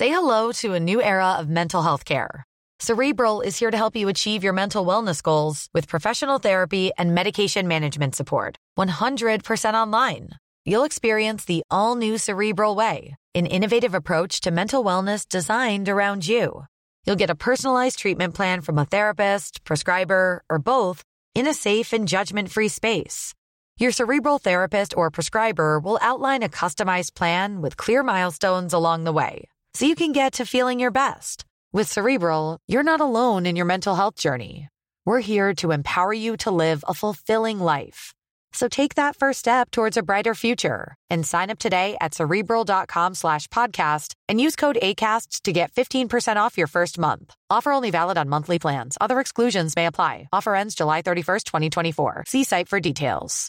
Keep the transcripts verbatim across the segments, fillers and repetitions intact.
Say hello to a new era of mental health care. Cerebral is here to help you achieve your mental wellness goals with professional therapy and medication management support. one hundred percent online. You'll experience the all-new Cerebral Way, an innovative approach to mental wellness designed around you. You'll get a personalized treatment plan from a therapist, prescriber, or both in a safe and judgment-free space. Your Cerebral therapist or prescriber will outline a customized plan with clear milestones along the way, so you can get to feeling your best. With Cerebral, you're not alone in your mental health journey. We're here to empower you to live a fulfilling life. So take that first step towards a brighter future and sign up today at Cerebral.com slash podcast and use code ACAST to get fifteen percent off your first month. Offer only valid on monthly plans. Other exclusions may apply. Offer ends July thirty-first, twenty twenty-four. See site for details.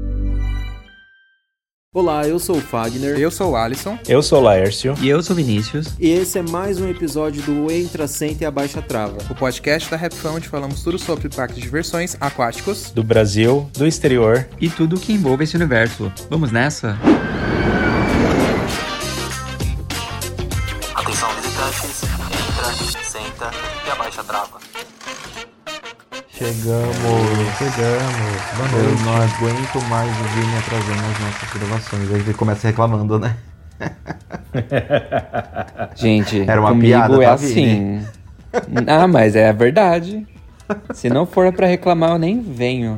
Olá, eu sou o Fagner. Eu sou o Alisson. Eu sou o Laércio. E eu sou o Vinícius. E esse é mais um episódio do Entra, Senta e Abaixa a Trava, o podcast da Rapfan, onde falamos tudo sobre parques de diversões aquáticos do Brasil, do exterior e tudo que envolve esse universo. Vamos nessa? Atenção, visitantes. Entra, senta e abaixa a trava. Chegamos, chegamos. Eu não aguento mais ouvir me atrasando nas nossas gravações. A gente começa reclamando, né? Gente, era uma comigo piada, é tá, assim. Ah, mas é a verdade. Se não for pra reclamar, eu nem venho.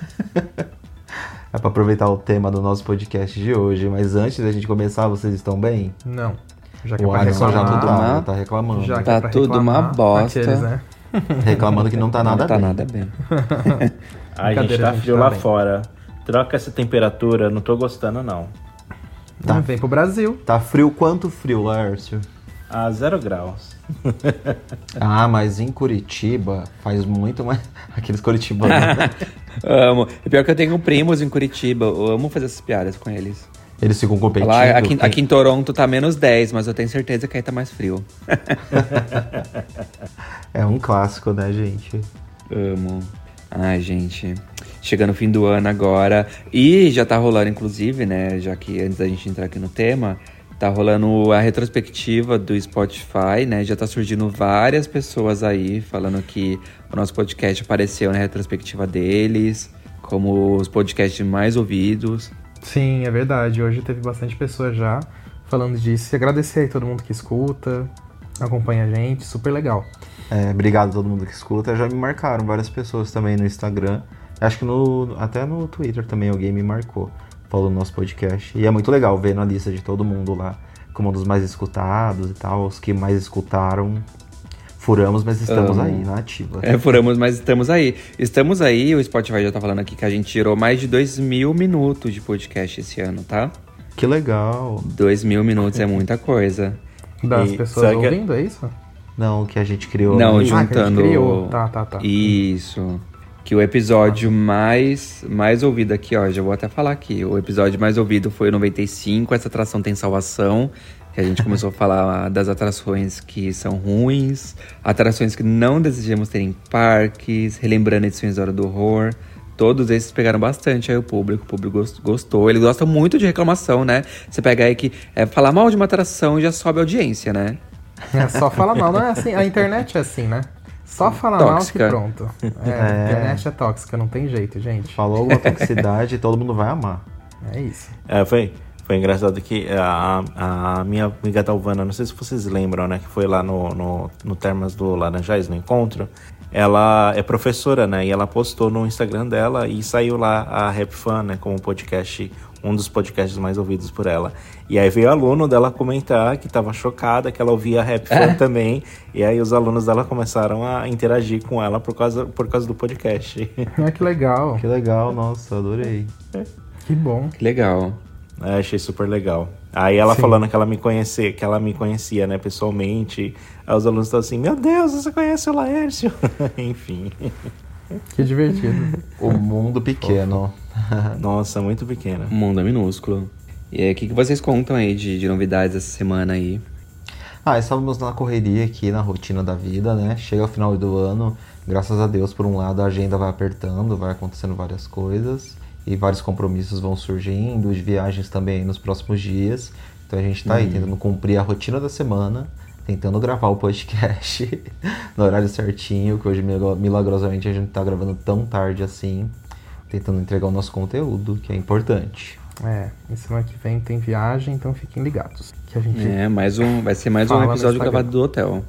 É pra aproveitar o tema do nosso podcast de hoje. Mas antes da gente começar, vocês estão bem? Não. Já que o é pra Alisson já tudo tá, uma... já tá reclamando. Já tá é tudo uma bosta. Aqueles, né? Reclamando que não tá nada não tá bem. nada bem. Ai, gente, tá gente frio tá lá bem. fora. Troca essa temperatura, não tô gostando não. Tá. Ah, vem pro Brasil. Tá frio, quanto frio, Laércio? A zero graus. Ah, mas em Curitiba faz muito mais... Aqueles curitibanos. Amo. E pior que eu tenho primos em Curitiba. Eu amo fazer essas piadas com eles. Eles ficam competindo. Lá, aqui, tem... aqui em Toronto tá menos dez, mas eu tenho certeza que aí tá mais frio. É um clássico, né, gente? Amo. Ai, gente. Chegando o fim do ano agora. E já tá rolando, inclusive, né? Já que antes da gente entrar aqui no tema, tá rolando a retrospectiva do Spotify, né? Já tá surgindo várias pessoas aí falando que o nosso podcast apareceu na retrospectiva deles, como os podcasts mais ouvidos. Sim, é verdade. Hoje teve bastante pessoas já falando disso. E agradecer aí todo mundo que escuta, acompanha a gente. Super legal. É, obrigado a todo mundo que escuta. Já me marcaram várias pessoas também no Instagram. Acho que no, até no Twitter também alguém me marcou. Falou no nosso podcast. E é muito legal ver na lista de todo mundo lá como um dos mais escutados e tal. Os que mais escutaram. Furamos, mas estamos um, aí, na ativa. É, furamos, mas estamos aí. Estamos aí, o Spotify já tá falando aqui que a gente tirou mais de dois mil minutos de podcast esse ano, tá? Que legal. Dois mil minutos é muita coisa. Das e, pessoas ouvindo, que... é isso? Não, que a gente criou. Não, ah, juntando... que a gente criou. Tá, tá, tá. Isso. Que o episódio ah. mais, mais ouvido aqui, ó, já vou até falar aqui. O episódio mais ouvido foi o noventa e cinco, Essa Atração Tem Salvação. Que a gente começou a falar das atrações que são ruins, atrações que não desejamos ter em parques, relembrando edições da Hora do Horror. Todos esses pegaram bastante aí o público, o público gostou. Ele gosta muito de reclamação, né? Você pega aí que é, falar mal de uma atração e já sobe a audiência, né? É, só fala mal, não é assim, a internet é assim, né? Só falar tóxica. mal que pronto. É, é. A internet é tóxica, não tem jeito, gente. Falou alguma toxicidade e todo mundo vai amar. É isso. É, foi... Foi engraçado que a, a minha amiga Dalvana, não sei se vocês lembram, né? Que foi lá no, no, no Termas do Laranjais, no encontro. Ela é professora, né? E ela postou no Instagram dela e saiu lá a Rapfan, né? Como podcast, um dos podcasts mais ouvidos por ela. E aí veio o aluno dela comentar que tava chocada, que ela ouvia a Rapfan é. também. E aí os alunos dela começaram a interagir com ela por causa, por causa do podcast. Ah, que legal. Que legal, nossa, adorei. Que bom. Que legal. É, achei super legal. Aí ela Sim. falando que ela me conhecia, que ela me conhecia, né, pessoalmente. Aí os alunos estão assim, meu Deus, você conhece o Laércio? Enfim. Que divertido. O mundo pequeno. Nossa, muito pequeno. O mundo é minúsculo. E aí, o que, que vocês contam aí de, de novidades essa semana aí? Ah, estávamos na correria aqui, na rotina da vida, né? Chega o final do ano, graças a Deus, por um lado, a agenda vai apertando, vai acontecendo várias coisas. E vários compromissos vão surgindo, de viagens também nos próximos dias. Então a gente tá aí tentando cumprir a rotina da semana, tentando gravar o podcast no horário certinho, que hoje milagrosamente a gente tá gravando tão tarde assim, tentando entregar o nosso conteúdo, que é importante. É, e semana que vem tem viagem, então fiquem ligados. Que a gente É, mais um, vai ser mais um Fala no episódio Instagram. gravado do hotel.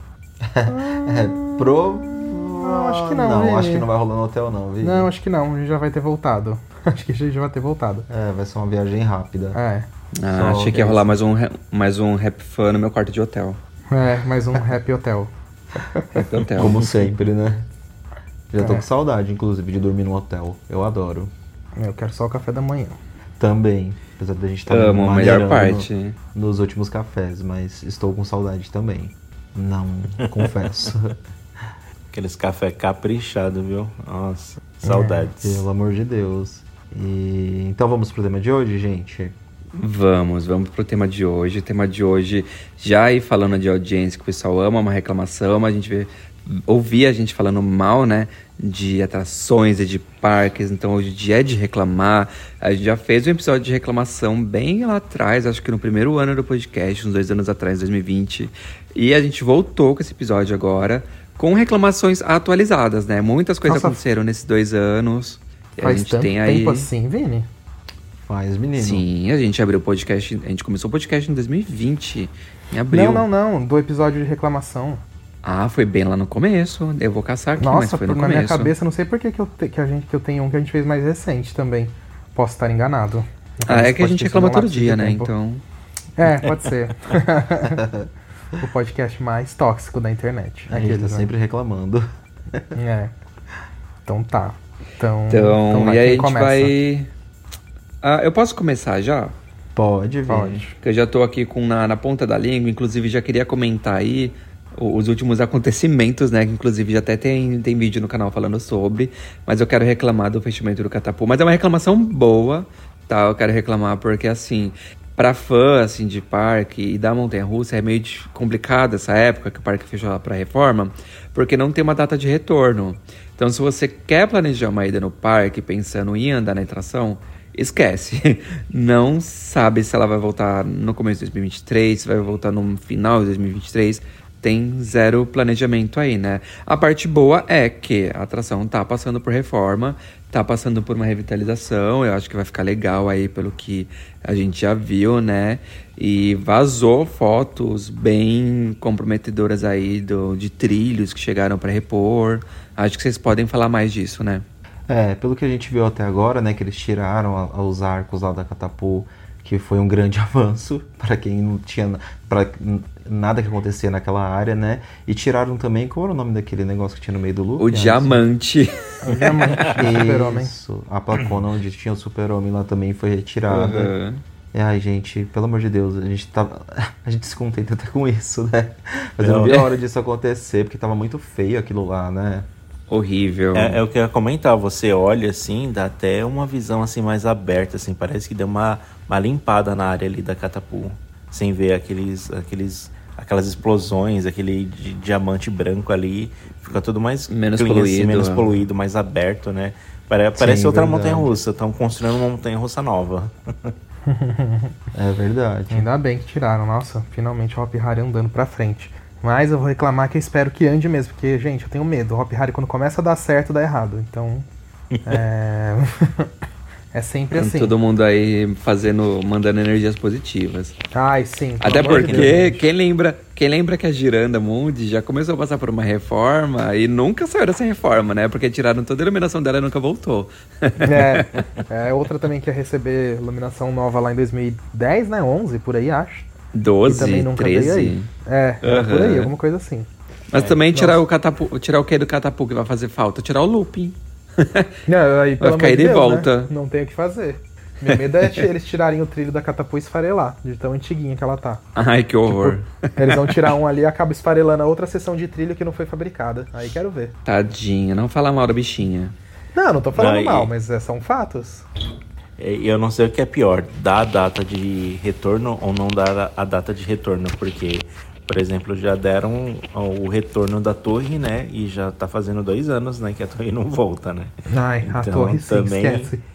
É, pro... Não, acho que não, Não, Vini. acho que não vai rolar no hotel não, viu? Não, acho que não, a gente já vai ter voltado. Acho que a gente já vai ter voltado. É, vai ser uma viagem rápida. É, Ah, Só achei que ia esse. rolar mais um, re- mais um rap fã no meu quarto de hotel. é, mais um Happy Hotel. Rap hotel. Como sempre, né? Já tô É. com saudade, inclusive, de dormir num hotel. Eu adoro. Eu quero só o café da manhã. Também. Apesar da gente estar Amo, a melhor maneirando parte. no- nos últimos cafés, mas estou com saudade também. Não, confesso. Aqueles café caprichado, viu? Nossa, saudades. Pelo amor de Deus. E então vamos pro tema de hoje, gente? Vamos, vamos pro tema de hoje. O tema de hoje, já aí falando de audiência que o pessoal ama, uma reclamação, a gente vê, ouvir a gente falando mal, né, de atrações e de parques, então hoje o dia é de reclamar. A gente já fez um episódio de reclamação bem lá atrás, acho que no primeiro ano do podcast, uns dois anos atrás, dois mil e vinte, e a gente voltou com esse episódio agora, com reclamações atualizadas, né, muitas coisas Nossa. aconteceram nesses dois anos. E a Faz gente tanto tem aí... tempo assim, Vini? Faz, menino. Sim, a gente abriu o podcast, a gente começou o podcast em dois mil e vinte, em abril. Não, não, não, do episódio de reclamação. Ah, foi bem lá no começo. Eu vou caçar aqui, mas Nossa, foi no na começo. minha cabeça, não sei por que, que, eu, te- que, a gente, que eu tenho um que a gente fez mais recente também. Posso estar enganado. Ah, é que a Pode gente ter sido reclama um todo lapso de dia, né? tempo. Então. É, pode ser. O podcast mais tóxico da internet. A gente tá Aqueles, né? sempre reclamando. É. Então tá. Então, Então, vai, e aí a quem gente começa? vai. Ah, eu posso começar já? Pode, Pode. vir. Porque eu já tô aqui com na, na ponta da língua, inclusive já queria comentar aí o- os últimos acontecimentos, né? Que inclusive já até tem, tem vídeo no canal falando sobre. Mas eu quero reclamar do fechamento do Catapu. Mas é uma reclamação boa, tá? Eu quero reclamar porque, assim, pra fã, assim, de parque e da montanha-russa, é meio de- complicado essa época que o parque fechou lá pra reforma, porque não tem uma data de retorno. Então, se você quer planejar uma ida no parque pensando em andar na atração, esquece. Não sabe se ela vai voltar no começo de dois mil e vinte e três, se vai voltar no final de dois mil e vinte e três. Tem zero planejamento aí, né? A parte boa é que a atração tá passando por reforma, tá passando por uma revitalização. Eu acho que vai ficar legal aí pelo que a gente já viu, né? E vazou fotos bem comprometedoras aí do, de trilhos que chegaram para repor. Acho que vocês podem falar mais disso, né? É, pelo que a gente viu até agora, né, que eles tiraram a- a- os arcos lá da Catapu, que foi um grande avanço para quem não tinha para nada que acontecia naquela área, né? E tiraram também, qual era o nome daquele negócio que tinha no meio do loop? O diamante. O diamante do Super-Homem. Isso, a placona onde tinha o Super-Homem lá também foi retirada. Uhum. E, ai, gente, pelo amor de Deus, a gente tava. A gente se contenta até com isso, né? Mas eu não Não, vi a né? hora disso acontecer, porque tava muito feio aquilo lá, né? Horrível. É, é o que eu ia comentar, você olha assim, dá até uma visão assim mais aberta, assim, parece que deu uma, uma limpada na área ali da Catapu, sem ver aqueles, aqueles, aquelas explosões, aquele di- diamante branco ali, fica tudo mais Menos clean, poluído, menos é. poluído, mais aberto, né? Pare- Parece Sim, outra verdade. montanha-russa, estão construindo uma montanha-russa nova. É verdade. Ainda bem que tiraram. Nossa, finalmente o Hop Hari andando pra frente. Mas eu vou reclamar que eu espero que ande mesmo, porque, gente, eu tenho medo. O Hop Hari, quando começa a dar certo, dá errado. Então, é... é sempre assim. Todo mundo aí fazendo, mandando energias positivas. Ai, sim. pelo Até amor de porque Deus, gente. quem lembra, quem lembra que a Giranda Mundi já começou a passar por uma reforma e nunca saiu dessa reforma, né? Porque tiraram toda a iluminação dela e nunca voltou. É, é, outra também que ia receber iluminação nova lá em dois mil e dez, né? onze, por aí, acho. E doze, também nunca veio treze. aí. É, era por aí, Aham. alguma coisa assim. Mas também tirar nossa. o catapu, tirar o que do catapu que vai fazer falta? Tirar o looping. Não, aí, pelo ficar amor ida de e Deus, volta. né? Não tem o que fazer. Meu medo é eles tirarem o trilho da Catapu e esfarelar, de tão antiguinha que ela tá. Ai, que horror. Eles vão tirar um ali e acaba esfarelando a outra seção de trilho que não foi fabricada. Aí quero ver. Tadinha, não fala mal da bichinha. Não, não tô falando Não, e- mal, mas é, são fatos. E eu não sei o que é pior, dar a data de retorno ou não dar a- a data de retorno, porque, por exemplo, já deram o retorno da torre, né? E já tá fazendo dois anos, né, que a torre não volta, né? Ai, a Então, torre sim, também- esquece.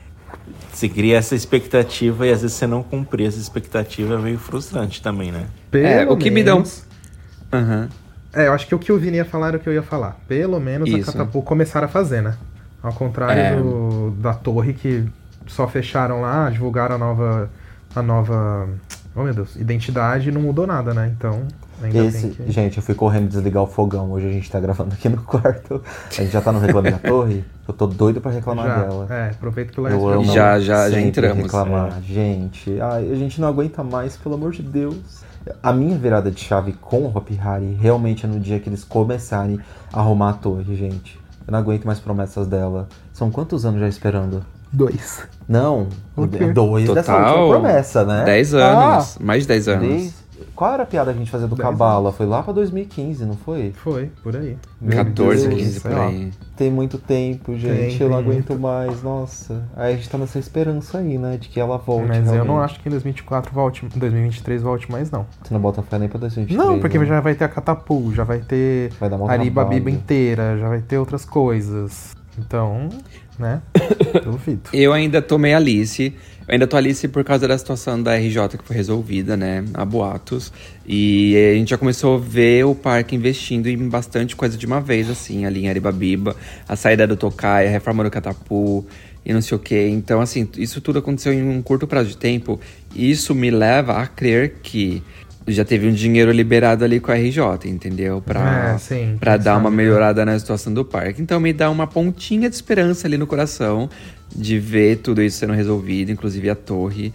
Você cria essa expectativa e às vezes você não cumprir essa expectativa é meio frustrante também, né? Pelo É, o que me dá um... menos- Aham. É, eu acho que o que o Vini ia falar era o que eu ia falar. Pelo menos Isso. a Catapult começaram a fazer, né? Ao contrário É. do- da torre que só fecharam lá, divulgaram a nova. A nova. Oh meu Deus, identidade e não mudou nada, né? Então, ainda Esse, tem que. gente, eu fui correndo desligar o fogão. Hoje a gente tá gravando aqui no quarto. A gente já tá no Reclame da Torre. Eu tô doido pra reclamar Já, dela. é, aproveita que o Eu Lars amo Já- já- já sempre entramos. reclamar. Gente, ai, a gente não aguenta mais, pelo amor de Deus. A minha virada de chave com o Hopi Hari realmente é no dia que eles começarem a arrumar a torre, gente. Eu não aguento mais promessas dela. São quantos anos já esperando? Dois. Não, O quê? dois dessa Total, última promessa, né? dez anos. mais de dez anos. Desde... Qual era a piada que a gente fazia do Dez Cabala? Foi lá pra dois mil e quinze, não foi? Foi, por aí. Meu catorze, Deus, quinze sei por lá. aí. Tem muito tempo, gente. Tem, eu não tem aguento mais, nossa. Aí a gente tá nessa esperança aí, né? De que ela volte. Mas eu realmente. não acho que em dois mil e vinte e quatro volte, dois mil e vinte e três volte mais, não. Você não bota fé nem pra dois mil e vinte e três. Não, porque né? já vai ter a Catapult, já vai ter Vai dar um a Ariba trabalho. Biba inteira, já vai ter outras coisas. Então, né? Duvido. Eu ainda tomei Alice. Eu ainda tô Alice por causa da situação da R J que foi resolvida, né? A boatos. E a gente já começou a ver o parque investindo em bastante coisa de uma vez, assim, ali em Aribabiba. A saída do Tokai, a reforma do Catapu e não sei o quê. Então, assim, isso tudo aconteceu em um curto prazo de tempo. E isso me leva a crer que já teve um dinheiro liberado ali com a R J, entendeu? Pra, É, sim, pra quem dar sabe, uma né? melhorada na situação do parque. Então me dá uma pontinha de esperança ali no coração de ver tudo isso sendo resolvido, inclusive a torre.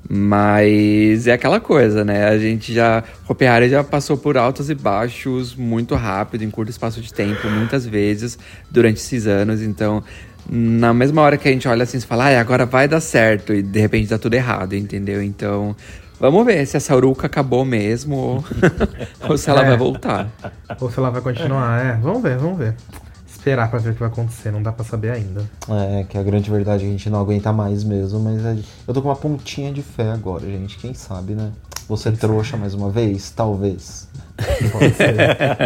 Mas é aquela coisa, né? A gente já... Hopi Hari já passou por altos e baixos muito rápido, em curto espaço de tempo, muitas vezes, durante esses anos. Então, na mesma hora que a gente olha assim, você fala, ah, agora vai dar certo, e de repente dá tudo errado, entendeu? Então... Vamos ver se essa Uruca acabou mesmo ou, ou se ela É. vai voltar. Ou se ela vai continuar, é. Vamos ver, vamos ver. Esperar pra ver o que vai acontecer, não dá pra saber ainda. É, que a grande verdade é que a gente não aguenta mais mesmo, mas é- eu tô com uma pontinha de fé agora, gente. Quem sabe, né? Você trouxa mais uma vez? Talvez. Pode ser.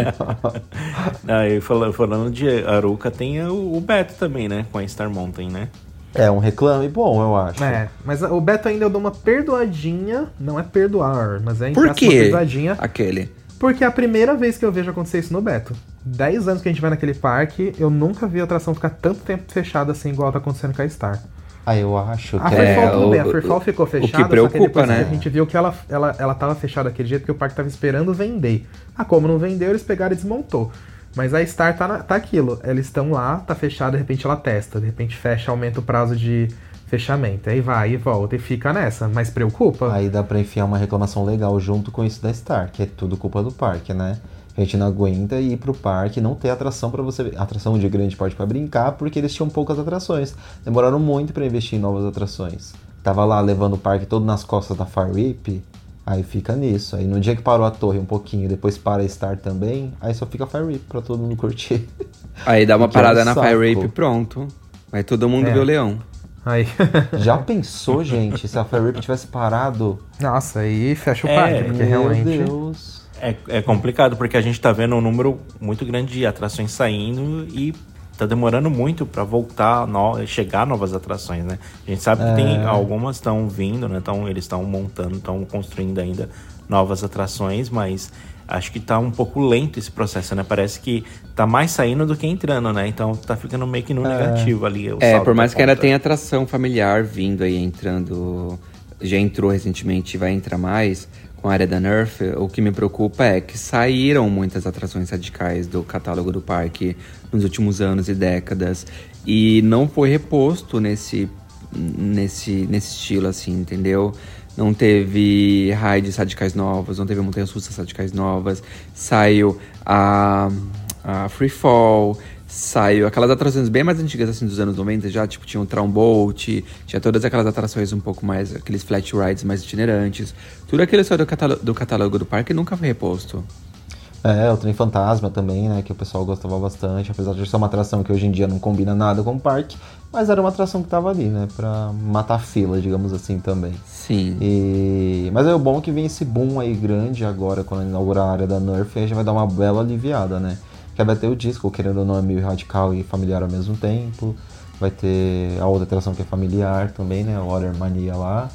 Aí, falando, falando de Aruca, tem o, o Beto também, né? Com a Star Mountain, né? É um reclame bom, eu acho. É, mas o Beto ainda eu dou uma perdoadinha, não é perdoar, mas é entre Por aspas, uma quê? perdoadinha, Aquele. porque é a primeira vez que eu vejo acontecer isso no Beto. Dez anos que a gente vai naquele parque, eu nunca vi a atração ficar tanto tempo fechada assim, igual tá acontecendo com a Star. Ah, eu acho A que É, Freefall tudo o- bem, a o- Freefall ficou que fechada, só preocupa, que depois né? a gente viu que ela, ela, ela tava fechada daquele jeito porque o parque tava esperando vender. Ah, como não vendeu, eles pegaram e desmontou. Mas a Star tá, na- tá aquilo, eles estão lá, tá fechada, de repente ela testa, de repente fecha, aumenta o prazo de fechamento. Aí vai e volta e fica nessa, mas preocupa. aí dá pra enfiar uma reclamação legal junto com isso da Star, que é tudo culpa do parque, né? A gente não aguenta ir pro parque e não ter atração pra você... Atração de grande porte pra brincar, porque eles tinham poucas atrações. Demoraram muito pra investir em novas atrações. Tava lá levando o parque todo nas costas da Fire Whip, aí fica nisso. Aí no dia que parou a torre um pouquinho, depois para a Star também, aí só fica Fire Whip pra todo mundo curtir. Aí dá uma Que é um parada na saco. Fire Rape e pronto. Vai todo mundo É. ver o leão. Aí. Já pensou, gente, se a Fire Whip tivesse parado? Nossa, aí fecha o É, parque, porque Meu realmente. Deus. É, é complicado, porque a gente tá vendo um número muito grande de atrações saindo e tá demorando muito pra voltar, no, chegar novas atrações, né? A gente sabe que tem algumas estão vindo, né? Tão, eles estão montando, estão construindo ainda novas atrações, mas acho que tá um pouco lento esse processo, né? Parece que tá mais saindo do que entrando, né? Então tá ficando meio que no negativo ali. O É, saldo por mais da que ainda conta. tenha atração familiar vindo aí, entrando... Já entrou recentemente e vai entrar mais com a área da Nerf. O que me preocupa é que saíram muitas atrações radicais do catálogo do parque nos últimos anos e décadas. E não foi reposto nesse, nesse, nesse estilo, assim, entendeu? Não teve rides radicais novas, não teve montanhas russas radicais novas. Saiu a, a Freefall, saiu aquelas atrações bem mais antigas, assim, dos anos noventa já, tipo, tinha o Tramboat, tinha todas aquelas atrações um pouco mais, aqueles flat rides mais itinerantes. Tudo aquilo saiu do catálogo do, catálogo do parque nunca foi reposto. É, o Trem Fantasma também, né, que o pessoal gostava bastante, apesar de ser uma atração que hoje em dia não combina nada com o parque, mas era uma atração que tava ali, né, pra matar fila, digamos assim, também. Sim. E... Mas é o bom que vem esse boom aí grande agora, quando inaugurar a área da Nerf, aí já vai dar uma bela aliviada, né. Que vai ter o disco, querendo ou não, é meio radical e familiar ao mesmo tempo. Vai ter a outra atração que é familiar também, né? O Water Mania lá.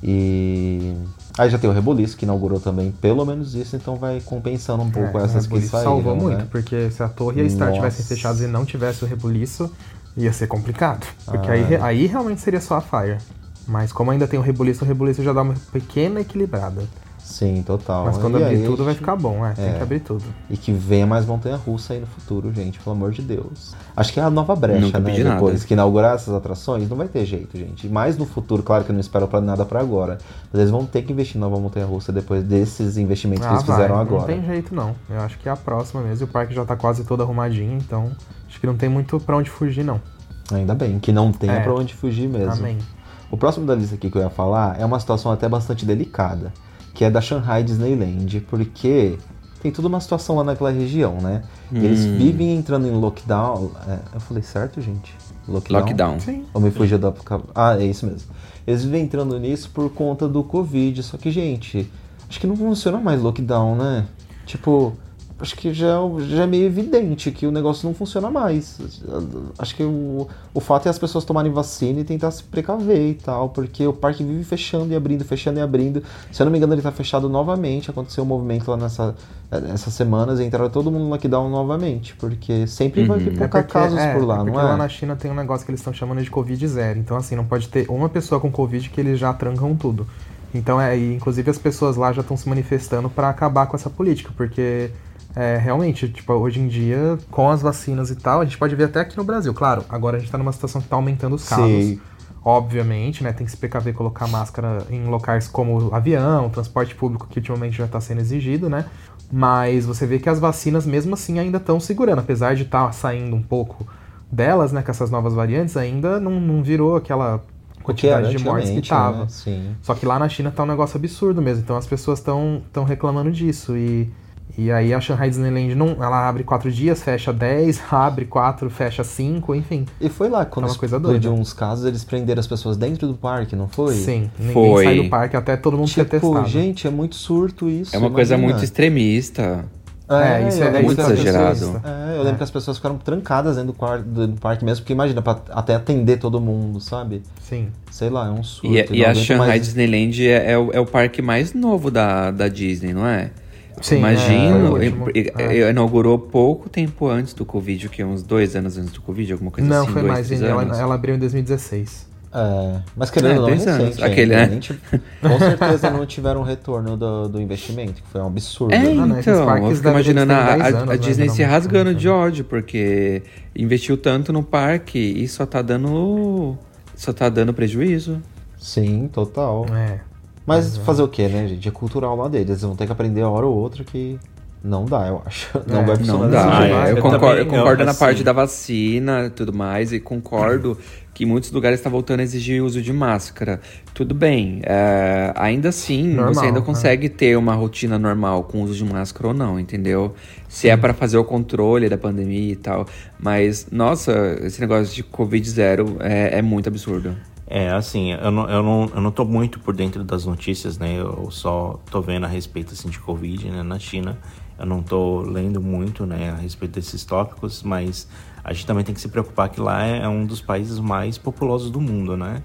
E aí já tem o Rebuliço, que inaugurou também pelo menos isso, então vai compensando um pouco É, essas o que Rebuliço saíram, salvou né? muito, porque se a Torre e a Star Nossa. tivessem fechados e não tivesse o Rebuliço, ia ser complicado. Porque Ah, aí, é. aí realmente seria só a Fire. Mas como ainda tem o Rebuliço, o Rebuliço já dá uma pequena equilibrada. Sim, total. Mas quando E abrir aí, tudo vai gente- ficar bom, é, tem É. que abrir tudo. E que venha mais montanha-russa aí no futuro, gente, pelo amor de Deus. Acho que é a nova brecha, Nunca né? pedi Depois nada. que inaugurar essas atrações, não vai ter jeito, gente. E mais no futuro, claro que eu não espero pra nada pra agora. Mas eles vão ter que investir em nova montanha-russa depois desses investimentos que eles vai, fizeram não agora. tem jeito não. Eu acho que é a próxima mesmo. E o parque já tá quase todo arrumadinho, então acho que não tem muito pra onde fugir, não. Ainda bem, que não tenha É. pra onde fugir mesmo. Amém. O próximo da lista aqui que eu ia falar é uma situação até bastante delicada, que é da Shanghai Disneyland, porque tem toda uma situação lá naquela região, né? Eles Hum. vivem entrando em lockdown. É, eu falei certo, gente? Lockdown? Lockdown. Sim. Ou me fugiu da... Ah, é isso mesmo. Eles vivem entrando nisso por conta do Covid, só que, gente, acho que não funciona mais lockdown, né? Tipo, acho que já, já é meio evidente que o negócio não funciona mais. Acho que o, o fato é as pessoas tomarem vacina e tentar se precaver e tal, porque o parque vive fechando e abrindo, fechando e abrindo. Se eu não me engano, ele tá fechado novamente. Aconteceu um movimento lá nessa, nessas semanas e entraram todo mundo no lockdown novamente, porque sempre vai Uhum. pipocar É porque, casos é, por lá, é porque não é? lá na China tem um negócio que eles estão chamando de Covid zero. Então, assim, não pode ter uma pessoa com Covid que eles já trancam tudo. Então, é, e, inclusive as pessoas lá já estão se manifestando para acabar com essa política, porque é, realmente, tipo, hoje em dia, com as vacinas e tal, a gente pode ver até aqui no Brasil. Claro, agora a gente tá numa situação que tá aumentando os casos. Sim. Obviamente, né? Tem que se precaver colocar máscara em locais como avião, transporte público, que ultimamente já está sendo exigido, né? Mas você vê que as vacinas, mesmo assim, ainda estão segurando. Apesar de estar saindo um pouco delas, né? Com essas novas variantes, ainda não, não virou aquela Porque era quantidade de mortes que antigamente, tava. né? Sim. Só que lá na China tá um negócio absurdo mesmo. Então as pessoas estão estão reclamando disso. E, e aí a Shanghai Disneyland, não, ela abre quatro dias, fecha dez, abre quatro, fecha cinco, enfim. E foi lá, quando É uma coisa explodiu doida. uns casos, eles prenderam as pessoas dentro do parque, não foi? Sim, ninguém Foi. sai do parque até todo mundo ser Tipo, testado. gente, é muito surto isso. É uma coisa imagina. muito extremista. É, isso eu é lembro muito que as exagerado. pessoas- é, eu lembro que as pessoas ficaram trancadas dentro do, quarto, do parque mesmo, porque imagina, pra até atender todo mundo, sabe? Sim. Sei lá, é um surto. E, eu e não a aguento Shanghai mais- Disneyland é, é o, é o parque mais novo da, da Disney, não é? Sim, Imagino, é, foi o último. e- e- É. inaugurou pouco tempo antes do Covid, o que? Uns dois anos antes do Covid, alguma coisa Não, assim? foi dois, mais. três Ela, anos? ela abriu em dois mil e dezesseis. É, mas querendo É, ou não, é dois anos. recente Aquele, ainda, né? nem tive- com certeza não tiveram retorno do, do investimento, que foi um absurdo. É, Ah, não, esses então, parques eu fico devem imaginando ter a, dez a- anos, a né, Disney não se muito rasgando tempo. de ódio, porque investiu tanto no parque e só tá dando. Só tá dando prejuízo. Sim, total. É. Mas fazer o que, né, gente? É cultural lá deles. Eles vão ter que aprender a hora ou outra que não dá, eu acho. Não É, vai funcionar Não desse dá. jeito. é, eu, Eu concordo, também, eu concordo eu, na assim- parte da vacina e tudo mais, e concordo que muitos lugares estão voltando a exigir o uso de máscara. Tudo bem, é, ainda assim, Normal, você ainda né? consegue ter uma rotina normal com o uso de máscara ou não, entendeu? Se é para fazer o controle da pandemia e tal. Mas, nossa, esse negócio de Covid zero é, é muito absurdo. É, assim, eu não, eu, não, eu não tô muito por dentro das notícias, né? Eu só tô vendo a respeito, assim, de Covid, né, na China. Eu não tô lendo muito, né, a respeito desses tópicos, mas a gente também tem que se preocupar que lá é um dos países mais populosos do mundo, né?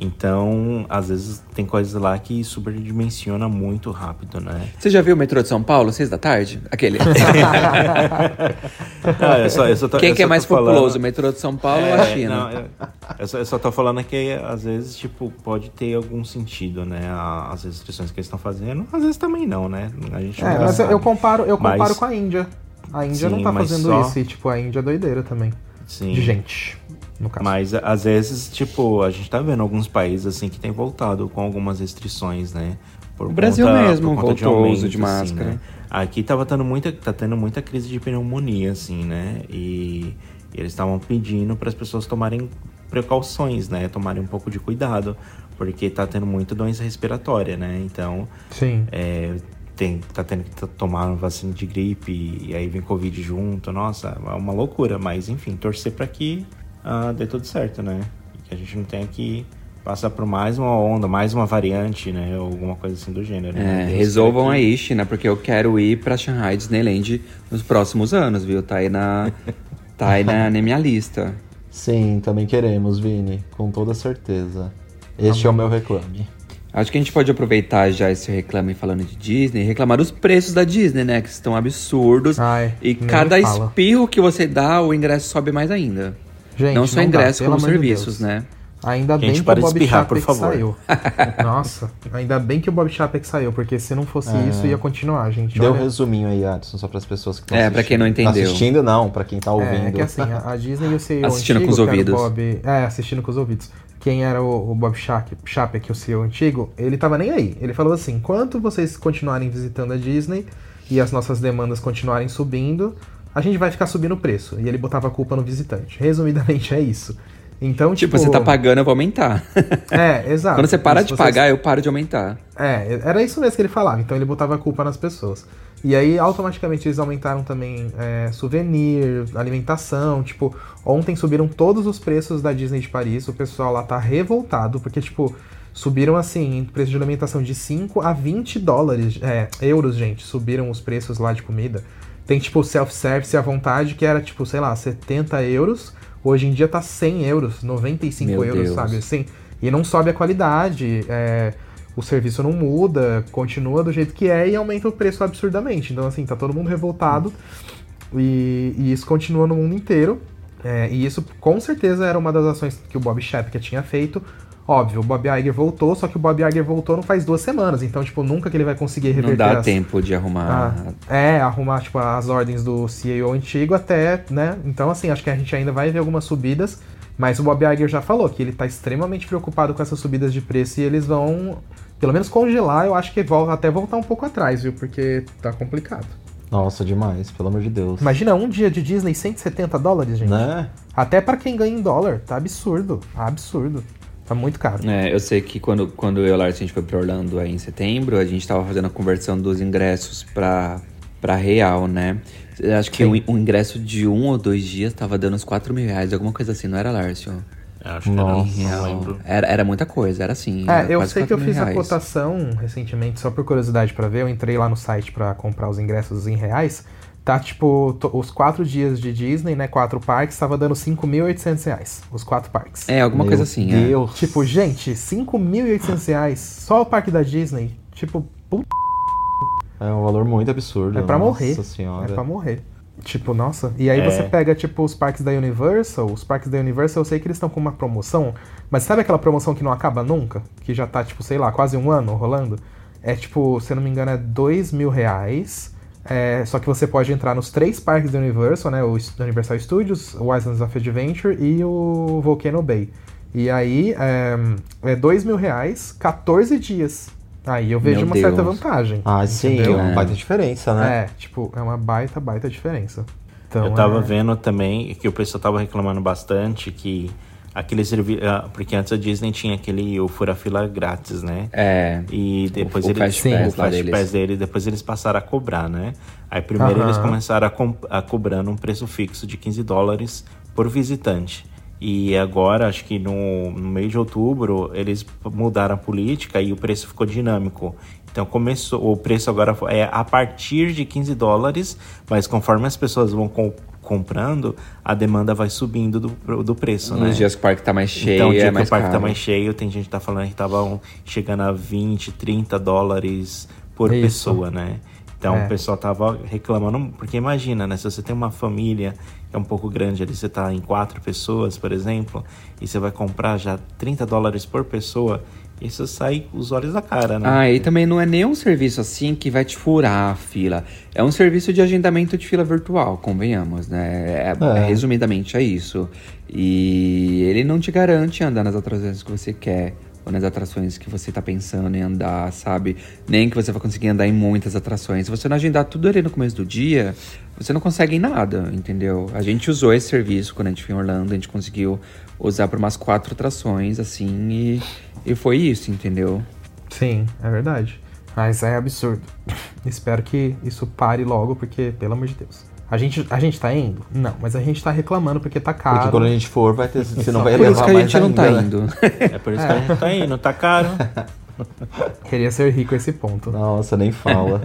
Então, às vezes, tem coisas lá que superdimensiona muito rápido, né? Você já viu o metrô de São Paulo, seis da tarde? Aquele. Ah, eu só, eu só tô, Quem eu que é só mais tô falando- populoso, o metrô de São Paulo ou a É, China? não, eu, eu, só, eu só tô falando que às vezes, tipo, pode ter algum sentido, né? a- As restrições que eles estão fazendo. Às vezes também não, né? A gente É, nunca mas eu, sabe. eu comparo, eu comparo Mas- com a Índia. A Índia Sim, não tá mas fazendo só- isso. E, tipo, a Índia é doideira também. Sim. De gente, no caso. Mas às vezes, tipo, a gente tá vendo alguns países assim que tem voltado com algumas restrições, né? Por O Brasil mesmo por conta de voltou ao aumento, uso de assim, máscara. né? Aqui tava tendo muita, tá tendo muita crise de pneumonia, assim, né? E, e eles estavam pedindo para as pessoas tomarem precauções, né? Tomarem um pouco de cuidado, porque tá tendo muita doença respiratória, né? Então, Sim. é, tem, tá tendo que t- tomar uma vacina de gripe e aí vem Covid junto. Nossa, é uma loucura, mas enfim, torcer para que ah, dê tudo certo, né? E que a gente não tenha que passar por mais uma onda, mais uma variante, né? Ou alguma coisa assim do gênero. É, né? Deus resolvam queira que- aí, China, porque eu quero ir pra Shanghai Disneyland nos próximos anos, viu? Tá aí na, tá aí na, na minha lista. Sim, também queremos, Vini, com toda certeza. Este é o meu reclame. Acho que a gente pode aproveitar já esse reclame falando de Disney e reclamar dos preços da Disney, né? Que estão absurdos. Ai, e nem cada me fala. espirro que você dá, o ingresso sobe mais ainda. Gente, não só não dá, ingresso, pelo como amor de serviços, Deus. né? Ainda Gente, bem que o para de Bob espirrar, por Chapek favor. saiu. Nossa, ainda bem que o Bob Chapek saiu, porque se não fosse É. isso, ia continuar, gente. Dê um Olha, resuminho aí, Adson, só para as pessoas que estão É, assistindo. pra quem não entendeu. Assistindo não, para quem tá ouvindo. É, é que assim, a a Disney e o C E O Assistindo antigo, com os que era o ouvidos. Bob, é, assistindo com os ouvidos. Quem era o, o Bob Chapek, Chapek, o C E O antigo, ele tava nem aí. Ele falou assim, enquanto vocês continuarem visitando a Disney e as nossas demandas continuarem subindo, a gente vai ficar subindo o preço. E ele botava a culpa no visitante. Resumidamente é isso. Então, tipo... Tipo, você tá pagando, eu vou aumentar. É, exato. Quando você para E se de vocês- pagar, eu paro de aumentar. É, era isso mesmo que ele falava. Então ele botava a culpa nas pessoas. E aí, automaticamente, eles aumentaram também é, souvenir, alimentação. Tipo, ontem subiram todos os preços da Disney de Paris. O pessoal lá tá revoltado, porque, tipo, subiram, assim, preço de alimentação de cinco a vinte dólares, é, euros, gente. Subiram os preços lá de comida. Tem, tipo, self-service à vontade, que era, tipo, sei lá, setenta euros. Hoje em dia tá cem euros, noventa e cinco Meu euros, Deus. sabe? Assim, e não sobe a qualidade, é, o serviço não muda, continua do jeito que é e aumenta o preço absurdamente. Então, assim, tá todo mundo revoltado e, e isso continua no mundo inteiro. É, e isso, com certeza, era uma das ações que o Bob Chapek tinha feito. Óbvio, o Bob Iger voltou, só que o Bob Iger voltou não faz duas semanas. Então, tipo, nunca que ele vai conseguir reverter Não dá as- tempo de arrumar. ah, é, arrumar, tipo, as ordens do C E O antigo até, né? Então, assim, acho que a gente ainda vai ver algumas subidas, mas o Bob Iger já falou que ele tá extremamente preocupado com essas subidas de preço e eles vão, pelo menos, congelar. Eu acho que vol- até voltar um pouco atrás, viu? Porque tá complicado. Nossa, demais, pelo amor de Deus. Imagina um dia de Disney cento e setenta dólares, gente. Né? Até pra quem ganha em dólar, tá absurdo, absurdo. Tá muito caro. É, eu sei que quando, quando eu e o Lars a gente foi pra Orlando aí em setembro, a gente tava fazendo a conversão dos ingressos pra, pra real, né? Eu acho que um, um ingresso de um ou dois dias tava dando uns quatro mil reais, alguma coisa assim, não era, Lárcio? Eu acho que Nossa, era, Real. não lembro. Era, era muita coisa, era assim. É, era eu quase sei que eu quatro mil fiz a reais. cotação recentemente, só por curiosidade pra ver. Eu entrei lá no site pra comprar os ingressos em reais. Tá, tipo, to- os quatro dias de Disney, né? Quatro parques, tava dando cinco mil e oitocentos reais. Os quatro parques. É, alguma Meu coisa assim, é. Deus. Tipo, gente, cinco mil e oitocentos reais só o parque da Disney. Tipo, puta, É um valor muito absurdo. é pra nossa morrer. Senhora. É pra morrer. Tipo, nossa. E aí É. você pega, tipo, os parques da Universal. Os parques da Universal, eu sei que eles estão com uma promoção. Mas sabe aquela promoção que não acaba nunca? Que já tá, tipo, sei lá, quase um ano rolando? É, tipo, se eu não me engano, é dois mil reais. É, só que você pode entrar nos três parques da Universal, né? O Universal Studios, o Islands of Adventure e o Volcano Bay. E aí, é, é dois mil reais, quatorze dias. Aí eu vejo Meu uma Deus. certa vantagem. Ah, sim, é entendeu? uma É. baita diferença, né? É, tipo, é uma baita, baita diferença. Então, Eu tava é... vendo também que o pessoal tava reclamando bastante que aquele serviço. Porque antes a Disney tinha aquele o fura-fila grátis, né? É. E depois o eles. Fast Sim. o Pass lá Fast deles. Pass deles, depois eles passaram a cobrar, né? Aí primeiro Aham. eles começaram a, com, a cobrando um preço fixo de quinze dólares por visitante. E agora, acho que no, no meio de outubro, eles mudaram a política e o preço ficou dinâmico. Então começou, o preço agora é a partir de quinze dólares, mas conforme as pessoas vão com, comprando, a demanda vai subindo do, do preço, né? Nos dias que o parque tá mais cheio, Então, o dia é que mais o parque caro. tá mais cheio, tem gente que tá falando que tava chegando a vinte, trinta dólares por Isso. pessoa, né? Então É. o pessoal tava reclamando, porque imagina, né? Se você tem uma família que é um pouco grande ali, você tá em quatro pessoas, por exemplo, e você vai comprar já trinta dólares por pessoa, isso sai os olhos da cara, né? Ah, e também não é nem um serviço assim que vai te furar a fila. É um serviço de agendamento de fila virtual, convenhamos, né? É, É. Resumidamente é isso. E ele não te garante andar nas atrações que você quer, ou nas atrações que você tá pensando em andar, sabe? Nem que você vai conseguir andar em muitas atrações. Se você não agendar tudo ali no começo do dia, você não consegue em nada, entendeu? A gente usou esse serviço quando a gente foi em Orlando, a gente conseguiu usar por umas quatro atrações, assim, e, e foi isso, entendeu? Sim, é verdade. Mas é absurdo. Espero que isso pare logo, porque, pelo amor de Deus. A gente, a gente tá indo? Não, mas a gente tá reclamando porque tá caro. Porque quando a gente for, vai ter, você não vai Por isso levar que a mais gente não tá ainda, né? indo. É por isso que a gente tá indo, tá caro. Queria ser rico a esse ponto. Nossa, nem fala.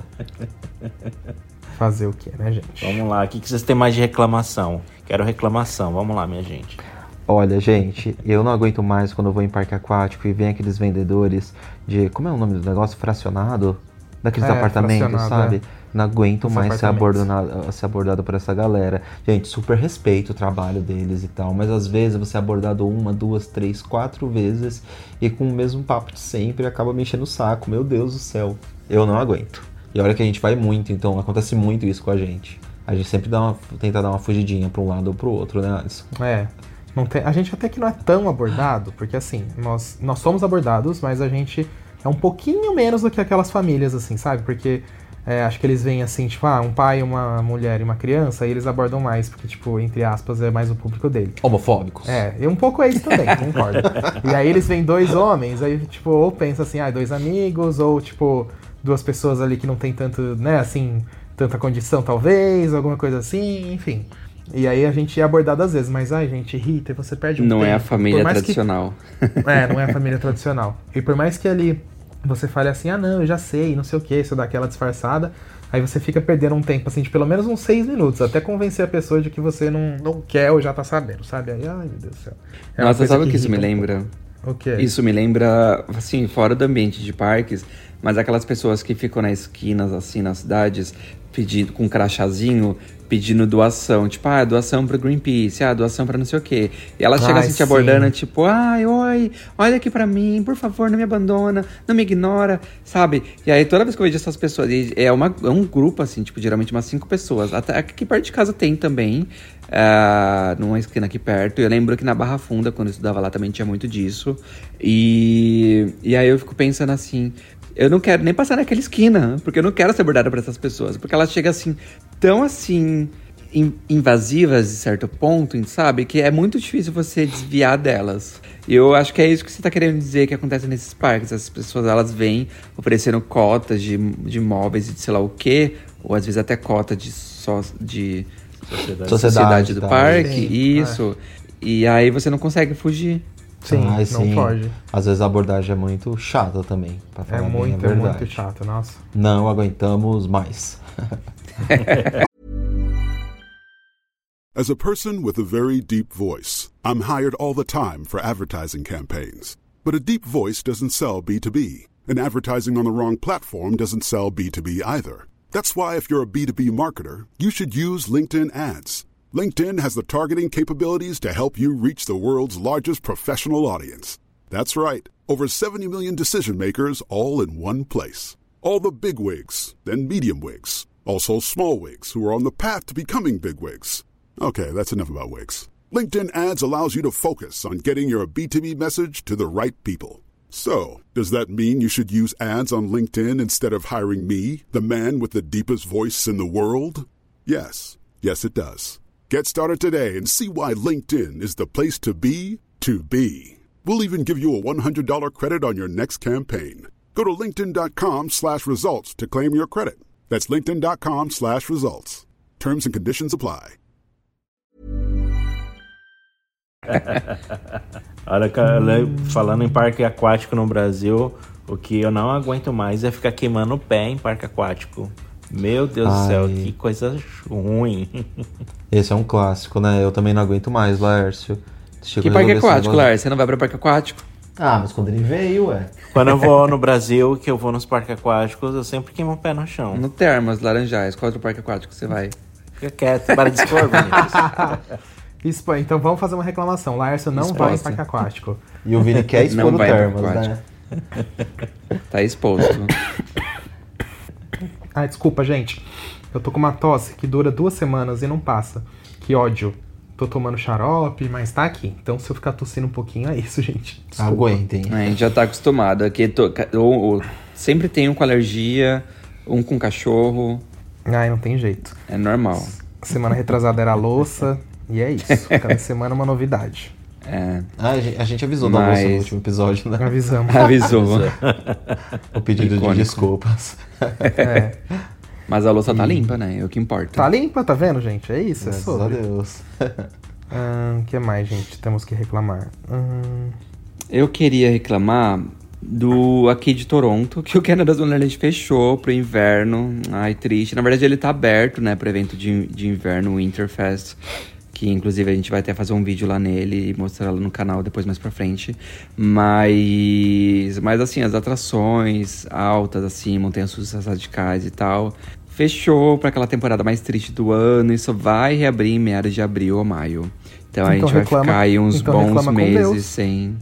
Fazer o quê, né, gente? Vamos lá, o que que vocês têm mais de reclamação? Quero reclamação, vamos lá, minha gente. Olha, gente, eu não aguento mais quando eu vou em parque aquático e vem aqueles vendedores de... Como é o nome do negócio? Fracionado? Daqueles É, apartamentos, fracionado, sabe? é. Não aguento Os mais ser apartamentos. abordado, ser abordado por essa galera. Gente, super respeito o trabalho deles e tal, mas às vezes você é abordado uma, duas, três, quatro vezes e com o mesmo papo de sempre acaba me enchendo o saco. Meu Deus do céu, eu não aguento. E olha que a gente vai muito, então acontece muito isso com a gente. A gente sempre dá uma, tenta dar uma fugidinha pra um lado ou pro outro, né, Alisson? É. Não tem, a gente até que não é tão abordado, porque assim, nós, nós somos abordados, mas a gente é um pouquinho menos do que aquelas famílias, assim, sabe? Porque é, acho que eles veem assim, tipo, ah, um pai, uma mulher e uma criança, e eles abordam mais, porque, tipo, entre aspas, é mais o público dele. Homofóbicos. É, e um pouco é isso também, concordo. E aí eles veem dois homens, aí, tipo, ou pensa assim, ah, dois amigos, ou, tipo, duas pessoas ali que não tem tanto, né, assim, tanta condição, talvez, alguma coisa assim, enfim. E aí a gente é abordado às vezes, mas ai, gente, irrita, e você perde um Não tempo. é a família Por mais tradicional. Que... É, não é a família tradicional. E por mais que ali você fale assim, ah não, eu já sei, não sei o que, isso dá aquela disfarçada, aí você fica perdendo um tempo, assim, de pelo menos uns seis minutos, até convencer a pessoa de que você não, não quer ou já tá sabendo, sabe? Aí, ai meu Deus do céu. É uma Nossa, coisa sabe o que isso me irrita um lembra? pouco. O que é? Isso me lembra, assim, fora do ambiente de parques, mas aquelas pessoas que ficam nas esquinas, assim, nas cidades, pedindo, com um crachazinho, pedindo doação. Tipo, ah, doação pro Greenpeace, ah, doação pra não sei o quê. E ela chega Ai, assim te sim. abordando, tipo, ai, oi, olha aqui pra mim, por favor, não me abandona, não me ignora, sabe? E aí, toda vez que eu vejo essas pessoas, e é, uma, é um grupo, assim, tipo, geralmente umas cinco pessoas. Até aqui perto de casa tem também, uh, numa esquina aqui perto. Eu lembro que na Barra Funda, quando eu estudava lá, também tinha muito disso. E, e aí eu fico pensando assim... Eu não quero nem passar naquela esquina, porque eu não quero ser abordada por essas pessoas. Porque elas chegam assim, tão assim, in- invasivas de certo ponto, sabe? Que é muito difícil você desviar delas. E eu acho que é isso que você tá querendo dizer que acontece nesses parques. As pessoas, elas vêm oferecendo cotas de, de imóveis e de sei lá o quê. Ou às vezes até cota de, só, de Sociedade. sociedade, Sociedade, do tá. parque. Sim, Isso. E aí você não consegue fugir. Sim, Ai, não sim. pode. Às vezes a abordagem é muito chata também, pra É falar bem a muito, é verdade. muito chato, nossa. Não aguentamos mais. As a person with a very deep voice, I'm hired all the time for advertising campaigns. But a deep voice doesn't sell B two B, and advertising on the wrong platform doesn't sell B two B either. That's why if you're a B two B marketer, you should use LinkedIn ads. LinkedIn has the targeting capabilities to help you reach the world's largest professional audience. That's right, over seventy million decision makers all in one place. All the big wigs, then medium wigs, also small wigs who are on the path to becoming big wigs. Okay, that's enough about wigs. LinkedIn ads allows you to focus on getting your B two B message to the right people. So, does that mean you should use ads on LinkedIn instead of hiring me, the man with the deepest voice in the world? Yes, yes it does. Get started today and see why LinkedIn is the place to be to be. We'll even give you a one hundred dollars credit on your next campaign. Go to linkedin.com slash results to claim your credit. That's linkedin.com slash results. Terms and conditions apply. Olha, cara, falando em parque aquático no Brasil, o que eu não aguento mais é ficar queimando o pé em parque aquático. Meu Deus Ai. do céu, que coisa ruim. Esse é um clássico, né? Eu também não aguento mais, Laércio. Chegou Que a parque resolver esse aquático, negócio- Lars? Você não vai pra parque aquático? Ah, mas quando ele veio, ué. Quando eu vou no Brasil, que eu vou nos parques aquáticos, eu sempre queimo o pé no chão. No Termas, Laranjais. Qual outro parque aquático você vai? Fica quieto, para de expor, meninos. Isso, então vamos fazer uma reclamação. Laércio não Exposta. vai em parque aquático. E o Vini quer expor Não o vai pro Termas, aquático. né? Tá exposto. Ah, desculpa, gente. Eu tô com uma tosse que dura duas semanas e não passa. Que ódio. Tô tomando xarope, mas tá aqui. Então se eu ficar tossindo um pouquinho, é isso, gente. Desculpa. Aguentem. A gente já tá acostumado. Aqui to- ca- ou- ou- sempre tem um com alergia, um com cachorro. Ai, não tem jeito. É normal. Semana retrasada era louça. E é isso. Cada semana uma novidade. É. Ah, a gente, a gente avisou da Mas- moça no último episódio, né? Avisamos. Avisou. O pedido Icônico. de desculpas. É. Mas a louça tá limpa, né? É o que importa. Tá limpa, tá vendo, gente? É isso, é Graças sobre. a Deus. O que mais, gente? Temos que reclamar. Hum, Eu queria reclamar do aqui de Toronto, que o Canada's Wonderland fechou pro inverno. Ai, triste. Na verdade, ele tá aberto, né, pro evento de, de inverno, Winterfest, que inclusive a gente vai até fazer um vídeo lá nele e mostrar lá no canal depois mais pra frente. Mas, mas assim, as atrações altas, assim, montanhas russas radicais e tal, fechou pra aquela temporada mais triste do ano e só vai reabrir em meados de abril ou maio. Então, então a gente reclama, vai ficar aí uns então bons meses sem...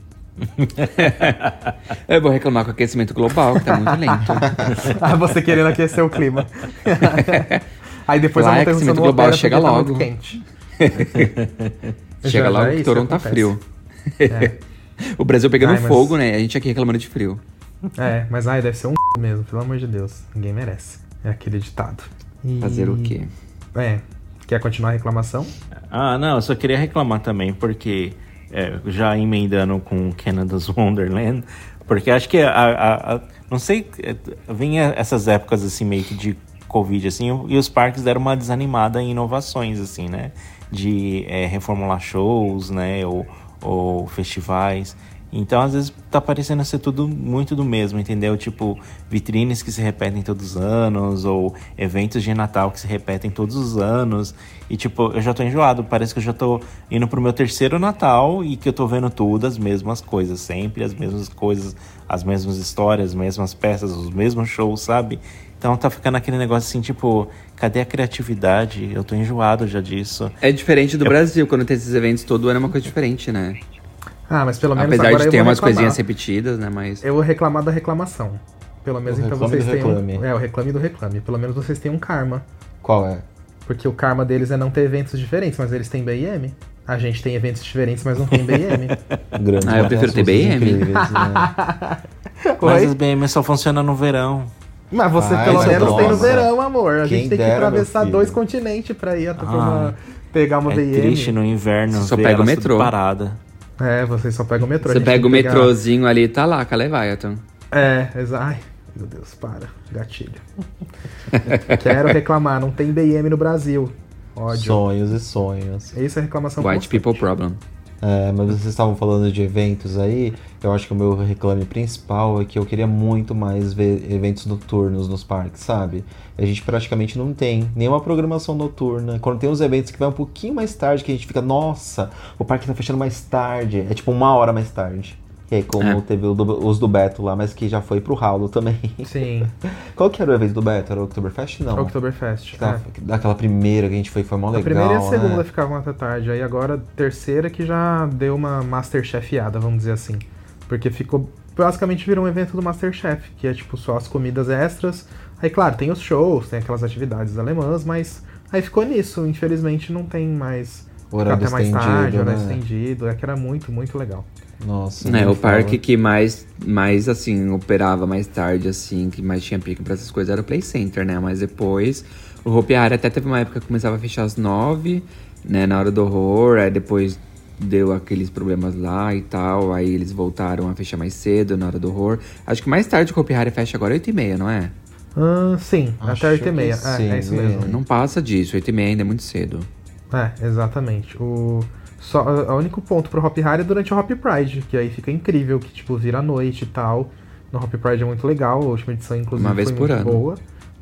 Eu vou reclamar com o aquecimento global, que tá muito lento. Ah, você querendo aquecer o clima. Aí depois lá, a montanha russa global chega tá logo. muito quente. Chega já, logo já que é Toronto tá acontece. frio. É. O Brasil pegando Ai, mas... fogo, né? A gente aqui reclamando de frio. É, mas ai, deve ser um mesmo, pelo amor de Deus. Ninguém merece. É aquele ditado. E... Fazer o quê? É. Quer continuar a reclamação? Ah, não, eu só queria reclamar também, porque é, já emendando com o Canada's Wonderland, porque acho que a, a, a não sei, vinha essas épocas assim meio que de Covid, assim, e os parques deram uma desanimada em inovações, assim, né? De é, reformular shows, né? Ou, ou festivais. Então, às vezes, tá parecendo ser tudo muito do mesmo, entendeu? Tipo, vitrines que se repetem todos os anos, ou eventos de Natal que se repetem todos os anos. E, tipo, eu já tô enjoado. Parece que eu já tô indo pro meu terceiro Natal e que eu tô vendo tudo, as mesmas coisas. Sempre as mesmas coisas, as mesmas histórias, as mesmas peças, os mesmos shows, sabe? Então tá ficando aquele negócio assim, tipo, cadê a criatividade? Eu tô enjoado já disso. É diferente do eu... Brasil, quando tem esses eventos todo ano é uma coisa diferente, né? Ah, mas pelo menos apesar agora de ter eu vou umas reclamar. coisinhas repetidas, né? Mas Eu vou reclamar da reclamação. Pelo menos O então reclame vocês do têm reclame. um... É, o reclame do reclame. Pelo menos vocês têm um karma. Qual é? Porque o karma deles é não ter eventos diferentes, mas eles têm B I M. A gente tem eventos diferentes, mas não tem B I M. Grandes Ah, eu prefiro ter B I M. incríveis, né? Mas as B M só funcionam no verão. Mas você Ai, pelo nossa. menos tem no verão, amor. A Quem gente tem que dera, atravessar meu filho. dois continentes pra ir até pra Ah, uma, pegar uma É B I M. triste no inverno Você só ver pega o elas metrô. tudo parada. É, vocês só pegam o metrô. a você gente pega tem o que pegar- metrôzinho ali e tá lá, com a Leviathan. É, exato. Ai, meu Deus, para. Gatilho. Quero reclamar, não tem B I M no Brasil. Ódio. Sonhos e sonhos. Isso é reclamação White constante. people problem. É, mas vocês estavam falando de eventos aí, eu acho que o meu reclame principal é que eu queria muito mais ver eventos noturnos nos parques, sabe? A gente praticamente não tem nenhuma programação noturna. Quando tem uns eventos que vai um pouquinho mais tarde, que a gente fica, nossa, o parque tá fechando mais tarde. É tipo uma hora mais tarde. E aí, como É. teve o do- os do Beto lá, mas que já foi pro ralo também. Sim, Qual que era o evento do Beto? Era o Oktoberfest? Não. Oktoberfest. Tá, é. Daquela primeira que a gente foi, foi mó A legal, primeira e a segunda né? ficavam até tarde. Aí agora a terceira que já deu uma Masterchefiada, vamos dizer assim. Porque ficou. Basicamente virou um evento do Masterchef, que é tipo só as comidas extras. Aí, claro, tem os shows, tem aquelas atividades alemãs, mas aí ficou nisso. Infelizmente não tem mais. Horário Ficar até mais estendido, tarde, horário né? estendido. É que era muito, muito legal. Nossa. É, nem o fala. parque que mais, mais, assim, operava mais tarde, assim, que mais tinha pico pra essas coisas era o Play Center, né? Mas depois, o Hopi Hari até teve uma época que começava a fechar às nove, né? Na hora do horror, aí depois deu aqueles problemas lá e tal, aí eles voltaram a fechar mais cedo na hora do horror. Acho que mais tarde o Hopi Hari fecha agora oito e meia, não é? Ah, sim, Acho até oito e meia. que É, sim, é isso viu? mesmo. Não passa disso, oito e meia ainda é muito cedo. É, exatamente. O, só, o único ponto pro Hopi Hari é durante o Hopi Pride, que aí fica incrível, que tipo, vira à noite e tal. No Hopi Pride é muito legal, a última edição inclusive Uma vez foi por muito ano. boa.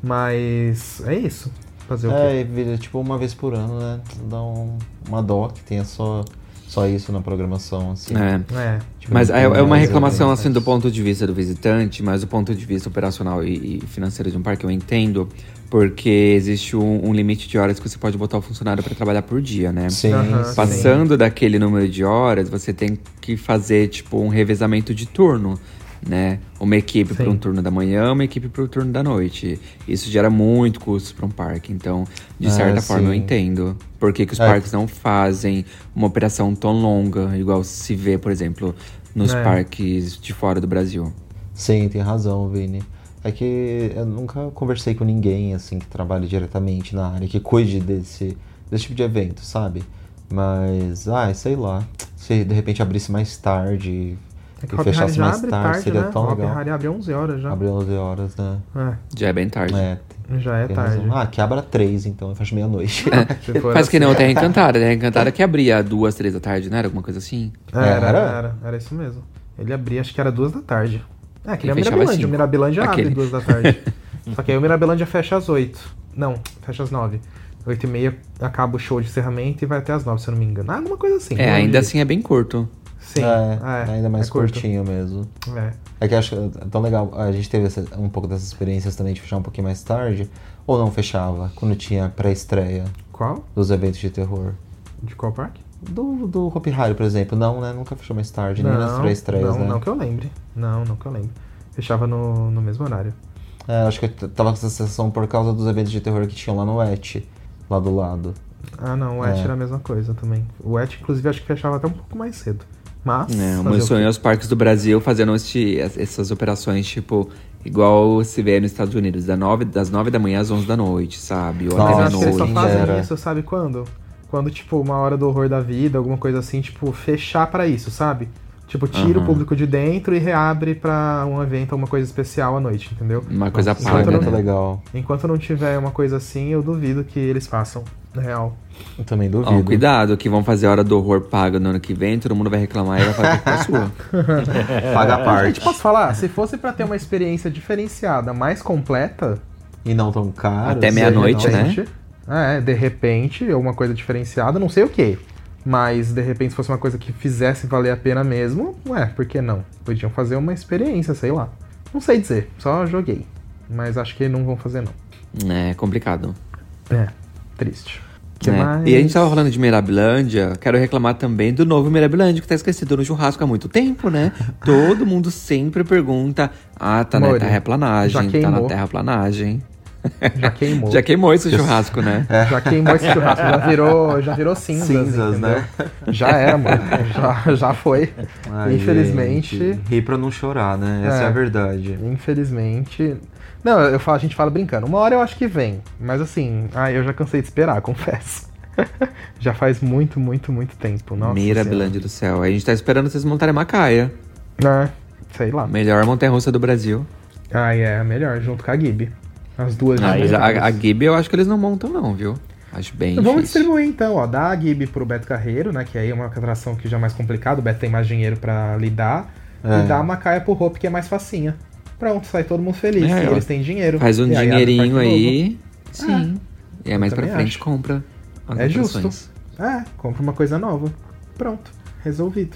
Mas é isso. Fazer o quê? É, e vira tipo uma vez por ano, né? Dá um, uma dó que tenha só, só isso na programação, assim. É. É. Tipo, Mas não é, tem é uma mais reclamação, eventos. assim, do ponto de vista do visitante, mas do ponto de vista operacional e, e financeiro de um parque eu entendo, porque existe um, um limite de horas que você pode botar o funcionário para trabalhar por dia, né? Sim, Aham, sim. Passando daquele número de horas, você tem que fazer, tipo, um revezamento de turno, né? Uma equipe para Sim. um turno da manhã, uma equipe para o turno da noite. Isso gera muito custo para um parque. Então, de Ah, certa forma, eu sim. entendo. Por que que os É. parques não fazem uma operação tão longa, igual se vê, por exemplo, nos É. parques de fora do Brasil. Sim, tem razão, Vini. É que eu nunca conversei com ninguém, assim, que trabalhe diretamente na área, que cuide desse, desse tipo de evento, sabe? Mas, ah, sei lá. Se de repente abrisse mais tarde É que e o Hopi Hari fechasse já mais abre tarde, tarde, seria né? tão O Hopi legal. Hari abre onze horas já. Abre onze horas, né? Já é bem tarde. É, É, já é tem tarde. razão. Ah, que abra três, então, eu fecho meia-noite. Se for Faz que assim. nem o Terra Encantada. Terra Encantada que abria duas, três da tarde, não era alguma coisa assim? Era, era, Era? era, era isso mesmo. Ele abria, acho que era duas da tarde. É, que E nem o fechava Mirabilândia. cinco. O Mirabilândia Aquele. abre duas da tarde. Só que aí o Mirabilândia fecha às oito. Não, fecha às nove. oito e meia acaba o show de encerramento e vai até as nove, se eu não me engano. Ah, alguma coisa assim. É, ainda assim é bem curto. Sim, É, é, ainda mais é curto. curtinho mesmo. É. É que eu acho que é tão legal. A gente teve essa- um pouco dessas experiências também de fechar um pouquinho mais tarde. Ou não fechava, quando tinha pré-estreia Qual? dos eventos de terror. De qual parque? Do, do Hopi Hari, por exemplo. Não, né? Nunca fechou mais tarde, nem nas Não, pré-estreias, não, né? não que eu lembre. Não, não que eu lembre. Fechava no, no mesmo horário. É, acho que eu t- tava com essa sensação por causa dos eventos de terror que tinham lá no E T, lá do lado. Ah, não, o E T É. era a mesma coisa também. O E T, inclusive, acho que fechava até um pouco mais cedo. Mas. É, o fazer meu o sonho quê? é os parques do Brasil fazendo este, essas operações, tipo, igual se vê nos Estados Unidos, das nove, das nove da manhã às onze da noite, sabe? Ou Mas até eu Nossa, acho que eles só meia-noite. fazem era. isso, sabe quando? Quando, tipo, uma hora do horror da vida, alguma coisa assim, tipo, fechar pra isso, sabe? Tipo, tira Aham. o público de dentro e reabre pra um evento, uma coisa especial à noite, entendeu? Uma coisa Nossa, Isso é paga, muito né? legal. Enquanto não tiver uma coisa assim, eu duvido que eles façam, na real. Eu também Ó, duvido. cuidado, que vão fazer a hora do horror paga no ano que vem, todo mundo vai reclamar e vai falar que é sua. Paga a parte. Gente, posso falar? Se fosse pra ter uma experiência diferenciada, mais completa... E não tão caro. Até assim, meia-noite, não. né? repente, É, de repente, alguma coisa diferenciada, não sei o que. Mas, de repente, se fosse uma coisa que fizesse valer a pena mesmo, ué, por que não? Podiam fazer uma experiência, sei lá. Não sei dizer, só joguei. Mas acho que não vão fazer, não. É complicado. É, triste. Que né? mais? E a gente tava falando de Mirabilândia, quero reclamar também do novo Mirabilândia, que tá esquecido no churrasco há muito tempo, né? Todo mundo sempre pergunta, ah, tá na Mori, terraplanagem, já tá na queimou. terraplanagem. Já queimou. Já queimou esse churrasco, né? Já queimou esse churrasco, já virou, já virou cinzas, Cinzas, entendeu? né? Já era, mano. Já, já foi. Ai, Infelizmente... gente, ri pra não chorar, né? Essa é, É. a verdade. Infelizmente. Não, eu falo, a gente fala brincando. Uma hora eu acho que vem. Mas assim, ah, eu já cansei de esperar, confesso. Já faz muito, muito, muito tempo. Nossa Mirabilândia do céu. A gente tá esperando vocês montarem Macaia. Senhora. É, sei lá. Melhor montanha-russa do Brasil. Ah, é a melhor, junto com a Gibi. As duas Ah, juntas. a, a Gibi eu acho que eles não montam não, viu? Acho bem Vamos difícil. distribuir então, ó. Dá a Gibi pro Beto Carreiro, né? Que aí é uma atração que já é mais complicada. O Beto tem mais dinheiro pra lidar. É. E dá a Macaia pro Hope, que é mais facinha. Pronto, sai todo mundo feliz. É, e ó. eles têm dinheiro. Faz um E aí abre o dinheirinho parque aí. Sim. E aí mais pra também frente acho. compra as É justo. atrações. É, compra uma coisa nova. Pronto, resolvido.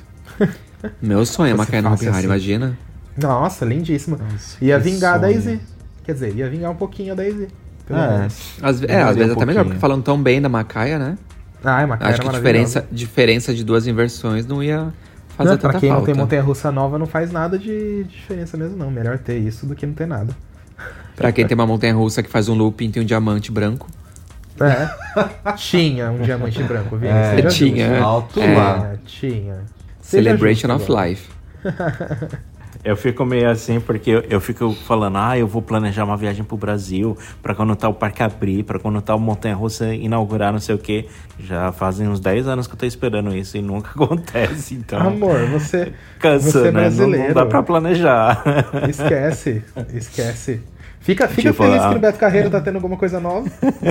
Meu sonho é Fosse Macaia no Hopi fácil Hari, assim. imagina. Nossa, lindíssima. Nossa, Ia que vingar a sonho. Daisy. Quer dizer, ia vingar um pouquinho a Daisy. Pelo É. menos. Às, é, Demoraria às vezes um até melhor, pouquinho. porque falando tão bem da Macaia, né? Ah, é, Macaia Acho era que maravilhosa. diferença, diferença de duas inversões não ia fazer Não, tanta pra quem falta. não tem montanha-russa nova, não faz nada de diferença mesmo, não. Melhor ter isso do que não ter nada. Pra quem tem uma montanha-russa que faz um looping, tem um diamante branco. É. Tinha um diamante branco, viu? É, Seja tinha. justo. Alto É. lá. É, tinha. Seja Celebration justo, of agora. Life. Eu fico meio assim porque eu, eu fico falando, ah, eu vou planejar uma viagem pro Brasil pra quando tá o parque abrir, pra quando tá o Montanha-Russa inaugurar, não sei o quê. Já fazem uns dez anos que eu tô esperando isso e nunca acontece, então... Amor, você, Cansa, você é né? Não, brasileiro. não dá pra planejar. Esquece, esquece. Fica, fica Tipo, feliz a- que o Beto Carreiro tá tendo alguma coisa nova.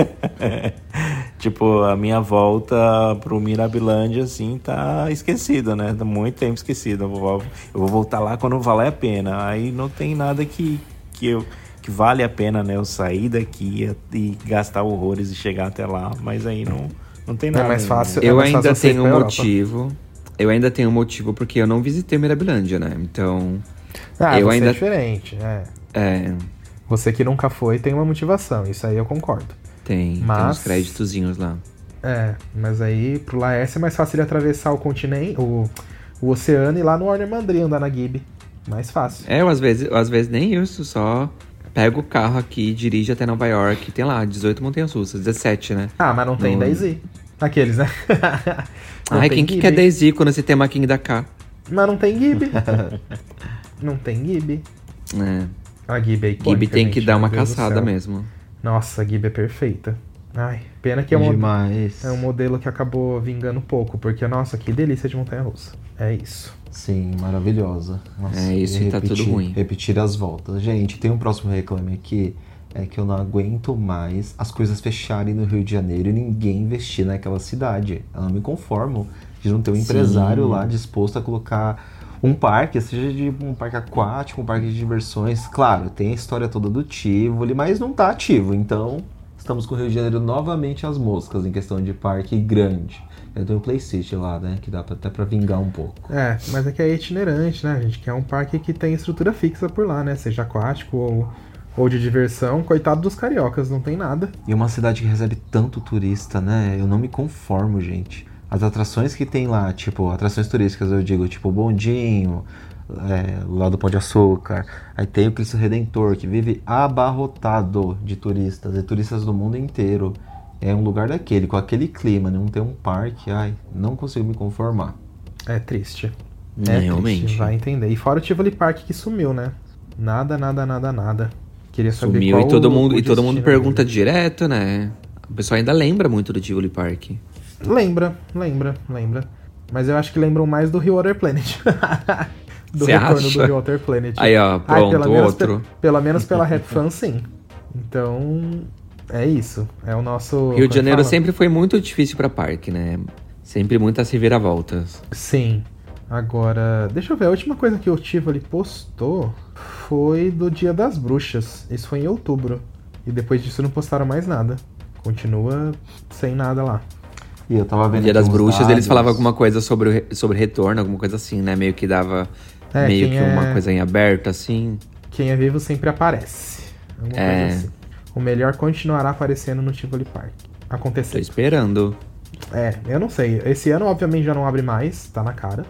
Tipo, a minha volta pro Mirabilândia, assim, tá esquecida, né? Tá muito tempo esquecida. Eu vou, eu vou voltar lá quando valer a pena. Aí não tem nada que, que, eu, que vale a pena, né? Eu sair daqui e gastar horrores e chegar até lá. Mas aí não, não tem É nada. mais fácil. Eu mais ainda fácil você ir tenho pra um Europa. motivo. Eu ainda tenho um motivo porque eu não visitei Mirabilândia, né? Então, Ah, Eu você ainda- é diferente, é. é, Você que nunca foi tem uma motivação, isso aí eu concordo. tem, tem Mas- uns créditozinhos lá. É, mas aí pro Laércio é mais fácil ele atravessar o continente, o, o oceano e ir lá no Warner Mandri andar na Gibi. Mais fácil. É, eu às vezes, eu, às vezes nem isso, só pego o carro aqui, dirige até Nova York, tem lá dezoito montanhas russas, dezessete, né? Ah, mas não tem No- Daisy. Aqueles, né? Não Ai, tem quem que Gibi. quer Daisy quando você tem uma King da K? Mas não tem Gibi. Não tem Gibi. É, A Gibi é icônica, Gibi tem que gente, dar meu uma Deus do caçada céu. mesmo. Nossa, a Gibi é perfeita. Ai, pena que é um, Demais. é um modelo que acabou vingando pouco, porque, nossa, que delícia de montanha-russa. É isso. Sim, maravilhosa. Nossa, É isso e tá repetir- tudo ruim. Repetir as voltas. Gente, tem um próximo reclame aqui. É que eu não aguento mais as coisas fecharem no Rio de Janeiro e ninguém investir naquela cidade. Eu não me conformo de não ter um Sim. empresário lá disposto a colocar um parque, seja de um parque aquático, um parque de diversões. Claro, tem a história toda do Tivoli, mas não tá ativo. Então, estamos com o Rio de Janeiro novamente às moscas, em questão de parque grande. Eu tenho o Play City lá, né, que dá pra, até pra vingar um pouco. É, mas é que é itinerante, né? A gente quer um parque que tem estrutura fixa por lá, né? Seja aquático ou, ou de diversão. Coitado dos cariocas, não tem nada. E uma cidade que recebe tanto turista, né? Eu não me conformo, gente. As atrações que tem lá, tipo, atrações turísticas, eu digo, tipo, Bondinho, é, lá do Pão de Açúcar. Aí tem o Cristo Redentor, que vive abarrotado de turistas, e turistas do mundo inteiro. É um lugar daquele, com aquele clima, não tem um parque, ai, não consigo me conformar. É triste. É Realmente. triste, vai entender. E fora o Tivoli Park que sumiu, né? Nada, nada, nada, nada. Queria saber Sumiu qual e todo o- mundo, o e todo mundo destino pergunta dele. direto, né? O pessoal ainda lembra muito do Tivoli Park. Lembra, lembra, lembra. Mas eu acho que lembram mais do Rio Water Planet. do Cê retorno acha? do Rio Water Planet. Aí, ó, pronto, pelo menos outro. pe- pelo menos pela Rap Fan, sim. Então, é isso. É o nosso... Rio de Janeiro como fala? sempre foi muito difícil pra parque, né? Sempre muitas reviravoltas. Sim. Agora, deixa eu ver. A última coisa que o Tivoli postou foi do Dia das Bruxas. Isso foi em outubro. E depois disso não postaram mais nada. Continua sem nada lá. E eu tava No vendo Dia aqui das uns Bruxas, dados. eles falavam alguma coisa sobre, o re- sobre retorno, alguma coisa assim, né? Meio que dava É, meio quem que uma é- coisa em aberto, assim. Quem é vivo sempre aparece. Alguma É. coisa assim. O melhor continuará aparecendo no Tivoli Park. Tô Acontecer. esperando. É, eu não sei. Esse ano, obviamente, já não abre mais, tá na cara.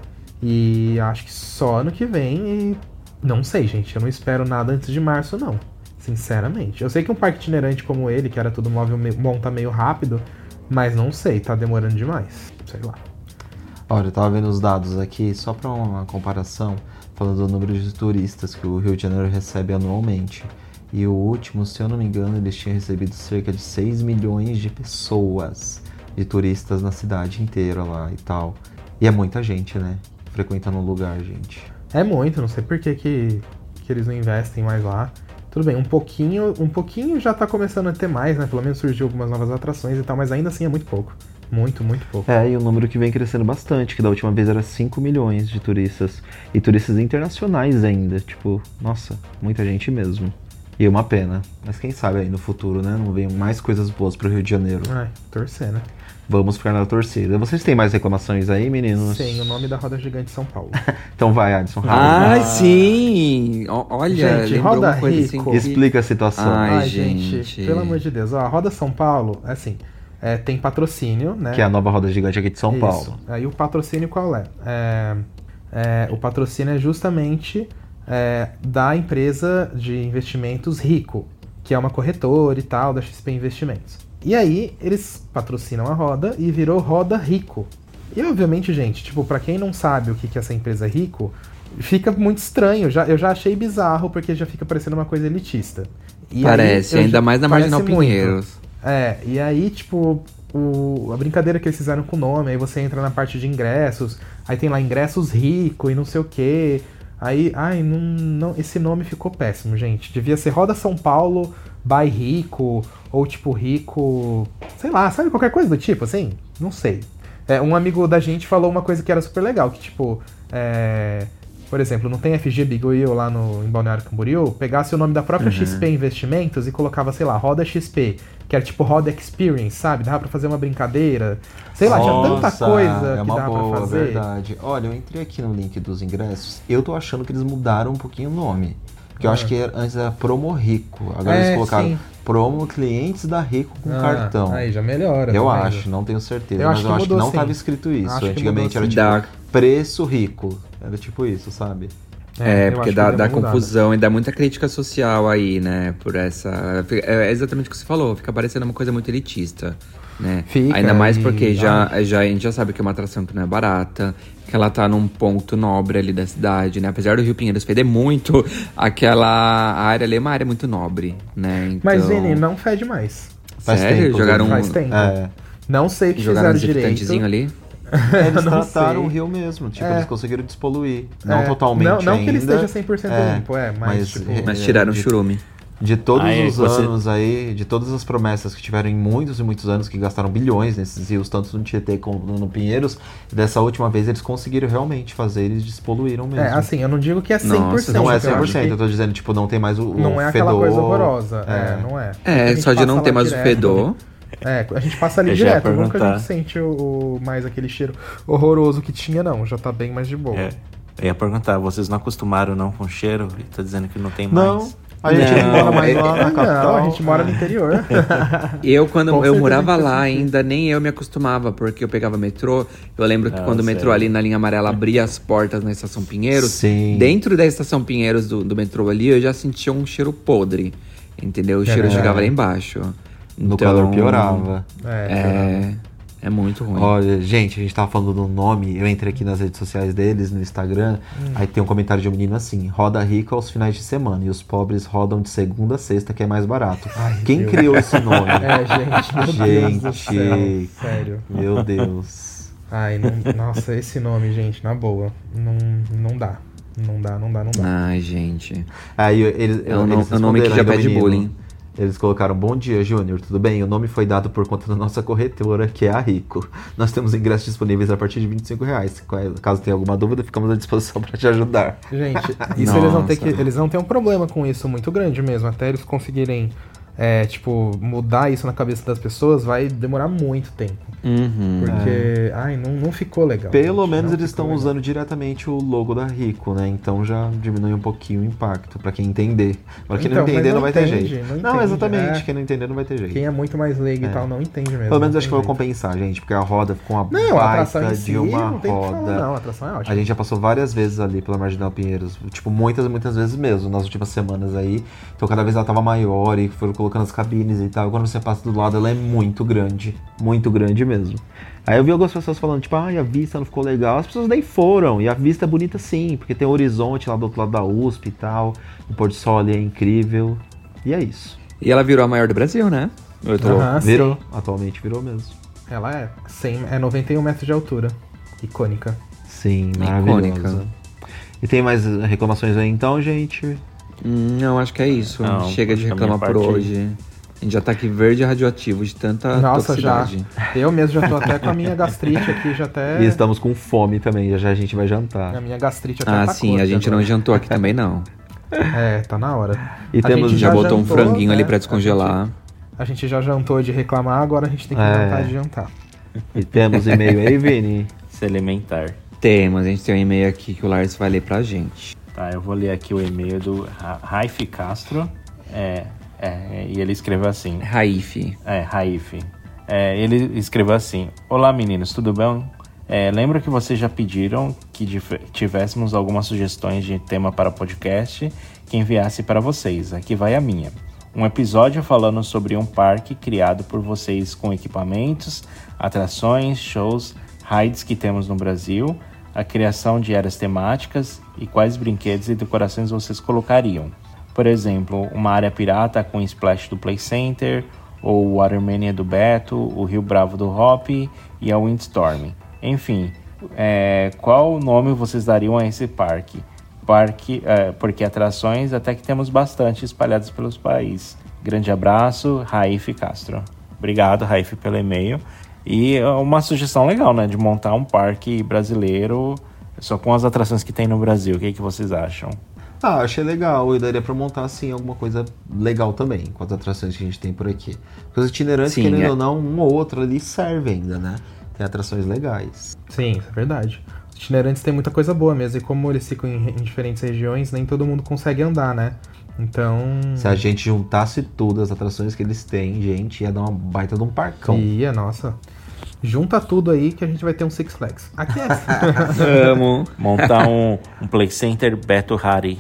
E acho que só ano que vem. E não sei, gente. Eu não espero nada antes de março, não. Sinceramente. Eu sei que um parque itinerante como ele, que era tudo móvel, me- monta meio rápido, mas não sei, tá demorando demais. Sei lá. Olha, eu tava vendo os dados aqui, só pra uma comparação, falando do número de turistas que o Rio de Janeiro recebe anualmente. E o último, se eu não me engano, eles tinham recebido cerca de seis milhões de pessoas, de turistas na cidade inteira lá e tal. E é muita gente, né? Frequentando o lugar, gente. É muito, não sei por que, que, que eles não investem mais lá. Tudo bem, um pouquinho, um pouquinho já tá começando a ter mais, né? Pelo menos surgiu algumas novas atrações e tal, mas ainda assim é muito pouco. Muito, muito pouco. É, e o número que vem crescendo bastante, que da última vez era cinco milhões de turistas. E turistas internacionais ainda, tipo, nossa, muita gente mesmo. E uma pena. Mas quem sabe aí no futuro, né? Não venham mais coisas boas pro Rio de Janeiro. Ai, torcer, né? Vamos ficar na torcida. Vocês têm mais reclamações aí, meninos? Sim, o nome da Roda Gigante de São Paulo. Então vai, Adson. Ah, rápido. sim! Ó, olha, Gente, lembrou Roda uma coisa Rico. assim que... Explica a situação. Ai, Ai, gente. pelo amor de Deus. Ó, a Roda São Paulo, assim, é, tem patrocínio, né? Que é a nova roda gigante aqui de São Isso. Paulo. Aí o patrocínio qual é? É, é, o patrocínio é justamente é, da empresa de investimentos Rico, que é uma corretora e tal, da X P Investimentos. E aí, eles patrocinam a roda e virou Roda Rico. E obviamente, gente, tipo, pra quem não sabe o que que é essa empresa Rico, fica muito estranho. Já, eu já achei bizarro, porque já fica parecendo uma coisa elitista. E Parece, aí, eu ainda já- mais na parece Marginal muito. Pinheiros. É, e aí, tipo, o, a brincadeira que eles fizeram com o nome, aí você entra na parte de ingressos, aí tem lá ingressos rico e não sei o quê. Aí, ai, não, não, esse nome ficou péssimo, gente. Devia ser Roda São Paulo by Rico, ou tipo Rico, sei lá, sabe, qualquer coisa do tipo, assim? Não sei. É, um amigo da gente falou uma coisa que era super legal, que tipo, é, por exemplo, não tem F G Big Wheel lá no, em Balneário Camboriú, pegasse o nome da própria Uhum. X P Investimentos e colocava, sei lá, Roda X P, que era tipo Roda Experience, sabe? Dava pra fazer uma brincadeira. Sei lá, tinha tanta Nossa, coisa é que uma dava boa, pra fazer. verdade. Olha, eu entrei aqui no link dos ingressos, eu tô achando que eles mudaram um pouquinho o nome. Porque eu Ah. acho que era- antes era Promo Rico, agora É, eles colocaram sim. Promo Clientes da Rico com Ah, cartão. Aí já melhora. Eu tá vendo? acho, não tenho certeza, Eu mas acho eu que acho que mudou, não sim. estava escrito isso. Acho que Antigamente mudou, era sim. tipo Dá. preço rico. Era tipo isso, sabe? É, eu porque acho dá, que deu dá uma mudada. confusão e dá muita crítica social aí, né? Por essa. É exatamente o que você falou, fica parecendo uma coisa muito elitista, né? Fica, Ainda mais e- porque já, já, a gente já sabe que é uma atração que não é barata, que ela tá num ponto nobre ali da cidade, né? Apesar do Rio Pinheiros feder muito, aquela área ali é uma área muito nobre, né? Então, Mas, Vini, não fede mais. Faz sério? tempo, Jogaram, Faz tempo. É. Não sei o que jogaram fizeram um direito. desinfetantezinho ali? Eles não trataram sei. o rio mesmo, tipo, É. eles conseguiram despoluir. Não É, totalmente não, não ainda. que ele esteja cem por cento é, limpo, é, mas, tipo... Mas tiraram o de- churume. De todos Aí, os você- anos aí, de todas as promessas que tiveram em muitos e muitos anos, que gastaram bilhões nesses rios, tanto no Tietê como no Pinheiros, dessa última vez eles conseguiram realmente fazer, eles despoluíram mesmo. É, assim, eu não digo que é cem por cento. Nossa, Não é eu cem por acho cento, que eu tô dizendo, tipo, não tem mais o, o Não é fedor. aquela coisa horrorosa. É, É. não é. É, A gente só de passa não lá ter mais o direto, fedor. É, a gente passa ali Eu já ia direto, nunca a perguntar. gente sente o, o- mais aquele cheiro horroroso que tinha, não. Já tá bem mais de boa. É, eu ia perguntar, vocês não acostumaram não com cheiro? E tá dizendo que não tem Não, mais. a gente Não, não mora mais é- lá na Não, capital. a gente mora no interior. Eu, quando Com eu certeza morava que lá faz sentido. ainda, nem eu me acostumava, porque eu pegava metrô. Eu lembro que Ah, quando o metrô sério? ali na linha amarela abria as portas na estação Pinheiros, Sim. dentro da estação Pinheiros do, do metrô ali, eu já sentia um cheiro podre. Entendeu? O cheiro É. chegava lá embaixo. No Então, calor piorava. É, É, é muito ruim. Olha, gente, a gente tava falando do nome, eu entrei aqui nas redes sociais deles, no Instagram, aí tem um comentário de um menino assim, roda rico aos finais de semana, e os pobres rodam de segunda a sexta, que é mais barato. Ai, Quem Deus. criou esse nome? É, gente, meu Deus do Gente. céu. Sério. Meu Deus. Ai, não, nossa, esse nome, gente, na boa. Não, não dá. Não dá, não dá, não dá. Ai, gente. Aí eles, É um, no- eles é um nome que responderam já ainda, pede menino. bullying. Eles colocaram, bom dia, Júnior, tudo bem? O nome foi dado por conta da nossa corretora, que é a Rico. Nós temos ingressos disponíveis a partir de vinte e cinco reais. Caso tenha alguma dúvida, ficamos à disposição para te ajudar. Gente, isso eles vão ter que. Nossa. Eles vão ter um problema com isso muito grande mesmo. Até eles conseguirem, é, tipo, mudar isso na cabeça das pessoas, vai demorar muito tempo. Uhum. Porque, ai, não, não ficou legal. Pelo gente, menos não eles ficou estão legal. usando diretamente o logo da Rico, né? Então já diminui um pouquinho o impacto, pra quem entender. Pra quem Então, não mas entender, não não vai ter entende, jeito. não Não, entende, exatamente. é. Quem não entender, não vai ter jeito. Quem é muito mais leigo e tal não entende mesmo. Pelo menos não acho que tem vai jeito. compensar, gente, porque a roda ficou uma Não, a atração baita em si de uma não tem o que roda. falar, não. A atração é ótima. A gente já passou várias vezes ali pela Marginal Pinheiros, tipo, muitas, muitas vezes mesmo, nas últimas semanas aí. Então cada vez ela tava maior e foram colocando as cabines e tal. Quando você passa do lado, ela é muito grande, muito grande mesmo. Aí eu vi algumas pessoas falando, tipo, ai, a vista não ficou legal. As pessoas nem foram, e a vista é bonita sim, porque tem o horizonte lá do outro lado da U S P e tal. O pôr do sol ali é incrível. E é isso. E ela virou a maior do Brasil, né? Eu tô... Aham, Virou, sim. atualmente virou mesmo. Ela é, cem, é noventa e um metros de altura. Icônica. Sim, Icônica. maravilhosa. E tem mais reclamações aí então, gente? Hum, Não, acho que é isso. Não, Chega de acho que a reclamar minha por parte é hoje. A gente já tá aqui verde e radioativo de tanta Nossa, já. toxicidade. Eu mesmo já tô até com a minha gastrite aqui, já até. E estamos com fome também, já já a gente vai jantar. A minha gastrite até Ah, atacou sim, a aqui gente agora. não jantou aqui também, não. É, tá na hora. E A temos- gente Já botou um jantou, franguinho ali né? pra descongelar. A gente já jantou de reclamar, agora a gente tem que É. inventar de jantar. E temos e-mail aí, Vini? Se alimentar. Temos, a gente tem um e-mail aqui que o Lars vai ler pra gente. Tá, eu vou ler aqui o e-mail do Ra- Raif Castro. É, é, e ele escreveu assim. Raif. É, Raif. É, ele escreveu assim: olá meninos, tudo bem? É, lembro que vocês já pediram que dif- tivéssemos algumas sugestões de tema para podcast que enviasse para vocês. Aqui vai a minha. Um episódio falando sobre um parque criado por vocês com equipamentos, atrações, shows, rides que temos no Brasil, a criação de áreas temáticas e quais brinquedos e decorações vocês colocariam. Por exemplo, uma área pirata com splash do Play Center, ou o Watermania do Beto, o Rio Bravo do Hop e a Windstorm. Enfim, é, qual nome vocês dariam a esse parque? Parque, é, porque atrações até que temos bastante espalhadas pelos países. Grande abraço, Raif Castro. Obrigado, Raif, pelo e-mail. E é uma sugestão legal, né? De montar um parque brasileiro só com as atrações que tem no Brasil. O que, que vocês acham? Ah, achei legal. E daria pra montar, assim, alguma coisa legal também, com as atrações que a gente tem por aqui. Porque os itinerantes, Sim, querendo é. ou não, um ou outro ali serve ainda, né? Tem atrações legais. Sim, isso é verdade. Os itinerantes têm muita coisa boa mesmo, e como eles ficam em, em diferentes regiões, nem todo mundo consegue andar, né? Então. Se a gente juntasse tudo, as atrações que eles têm, gente, ia dar uma baita de um parcão. Ia, nossa. Junta tudo aí que a gente vai ter um Six Flags. Aqui é. Amo. Montar um, um Play Center Beto Hari.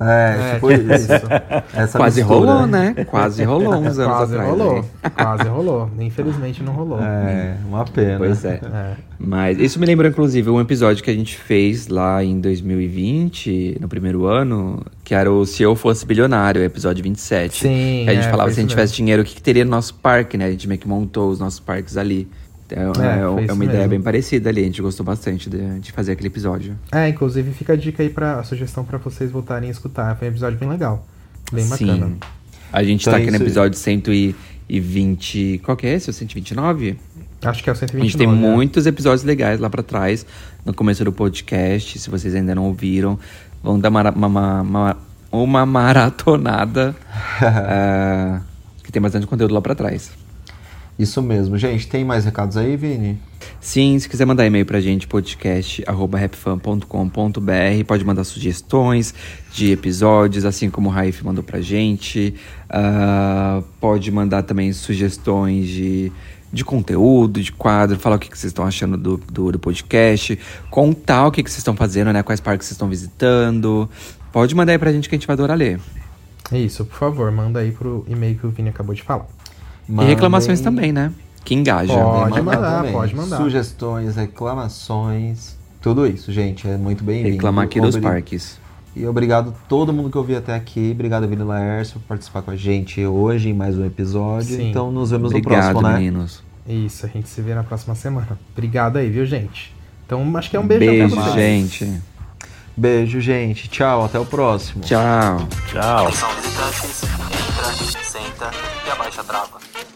É, tipo isso. Essa Quase mistura. rolou, né? Quase rolou uns anos Quase atrás. rolou. aí. Quase rolou. Infelizmente não rolou. É, uma pena. Pois é. É. Mas isso me lembrou, inclusive, um episódio que a gente fez lá em dois mil e vinte, no primeiro ano, que era o Se Eu Fosse Bilionário, episódio vinte e sete. Sim, Que a gente é, falava foi se a gente isso tivesse dinheiro, o que, que teria no nosso parque, né? A gente meio que montou os nossos parques ali. Então, É, é, foi é isso uma ideia mesmo. bem parecida ali, a gente gostou bastante de, de fazer aquele episódio. É, inclusive fica a dica aí pra a sugestão pra vocês voltarem a escutar. Foi um episódio bem legal. Bem bacana. Sim. A gente Então tá é aqui no isso aí. episódio cento e vinte... Qual que é esse? O cento e vinte e nove? Acho que é o cento e A vinte e gente tem nove, né? muitos episódios legais lá pra trás, no começo do podcast. Se vocês ainda não ouviram, vão dar uma, uma, uma, uma maratonada, uh, que tem bastante conteúdo lá pra trás. Isso mesmo. Gente, tem mais recados aí, Vini? Sim, se quiser mandar e-mail pra gente, podcast arroba rapfan ponto com ponto b r. Pode mandar sugestões de episódios, assim como o Raif mandou pra gente. Uh, pode mandar também sugestões de, de conteúdo, de quadro, falar o que, que vocês estão achando do, do, do podcast, contar o que, que vocês estão fazendo, né? Quais parques vocês estão visitando. Pode mandar aí pra gente que a gente vai adorar ler. Isso, por favor, manda aí pro e-mail que o Vini acabou de falar. E reclamações também, né? Que engaja. Pode Mandar mandar, também. pode mandar. Sugestões, reclamações, tudo isso, gente. É muito bem-vindo. Reclamar aqui dos Obri- parques. E obrigado a todo mundo que ouviu até aqui. Obrigado, Vini Laércio, por participar com a gente hoje em mais um episódio. Sim. Então nos vemos Obrigado, no próximo, né? meninos. Isso, a gente se vê na próxima semana. Obrigado aí, viu, gente? Então, acho que é um beijão Beijo, pra vocês. gente. Beijo, gente. Tchau, até o próximo. Tchau. Tchau. Atenção, visitantes. Entra, senta e abaixa a trava.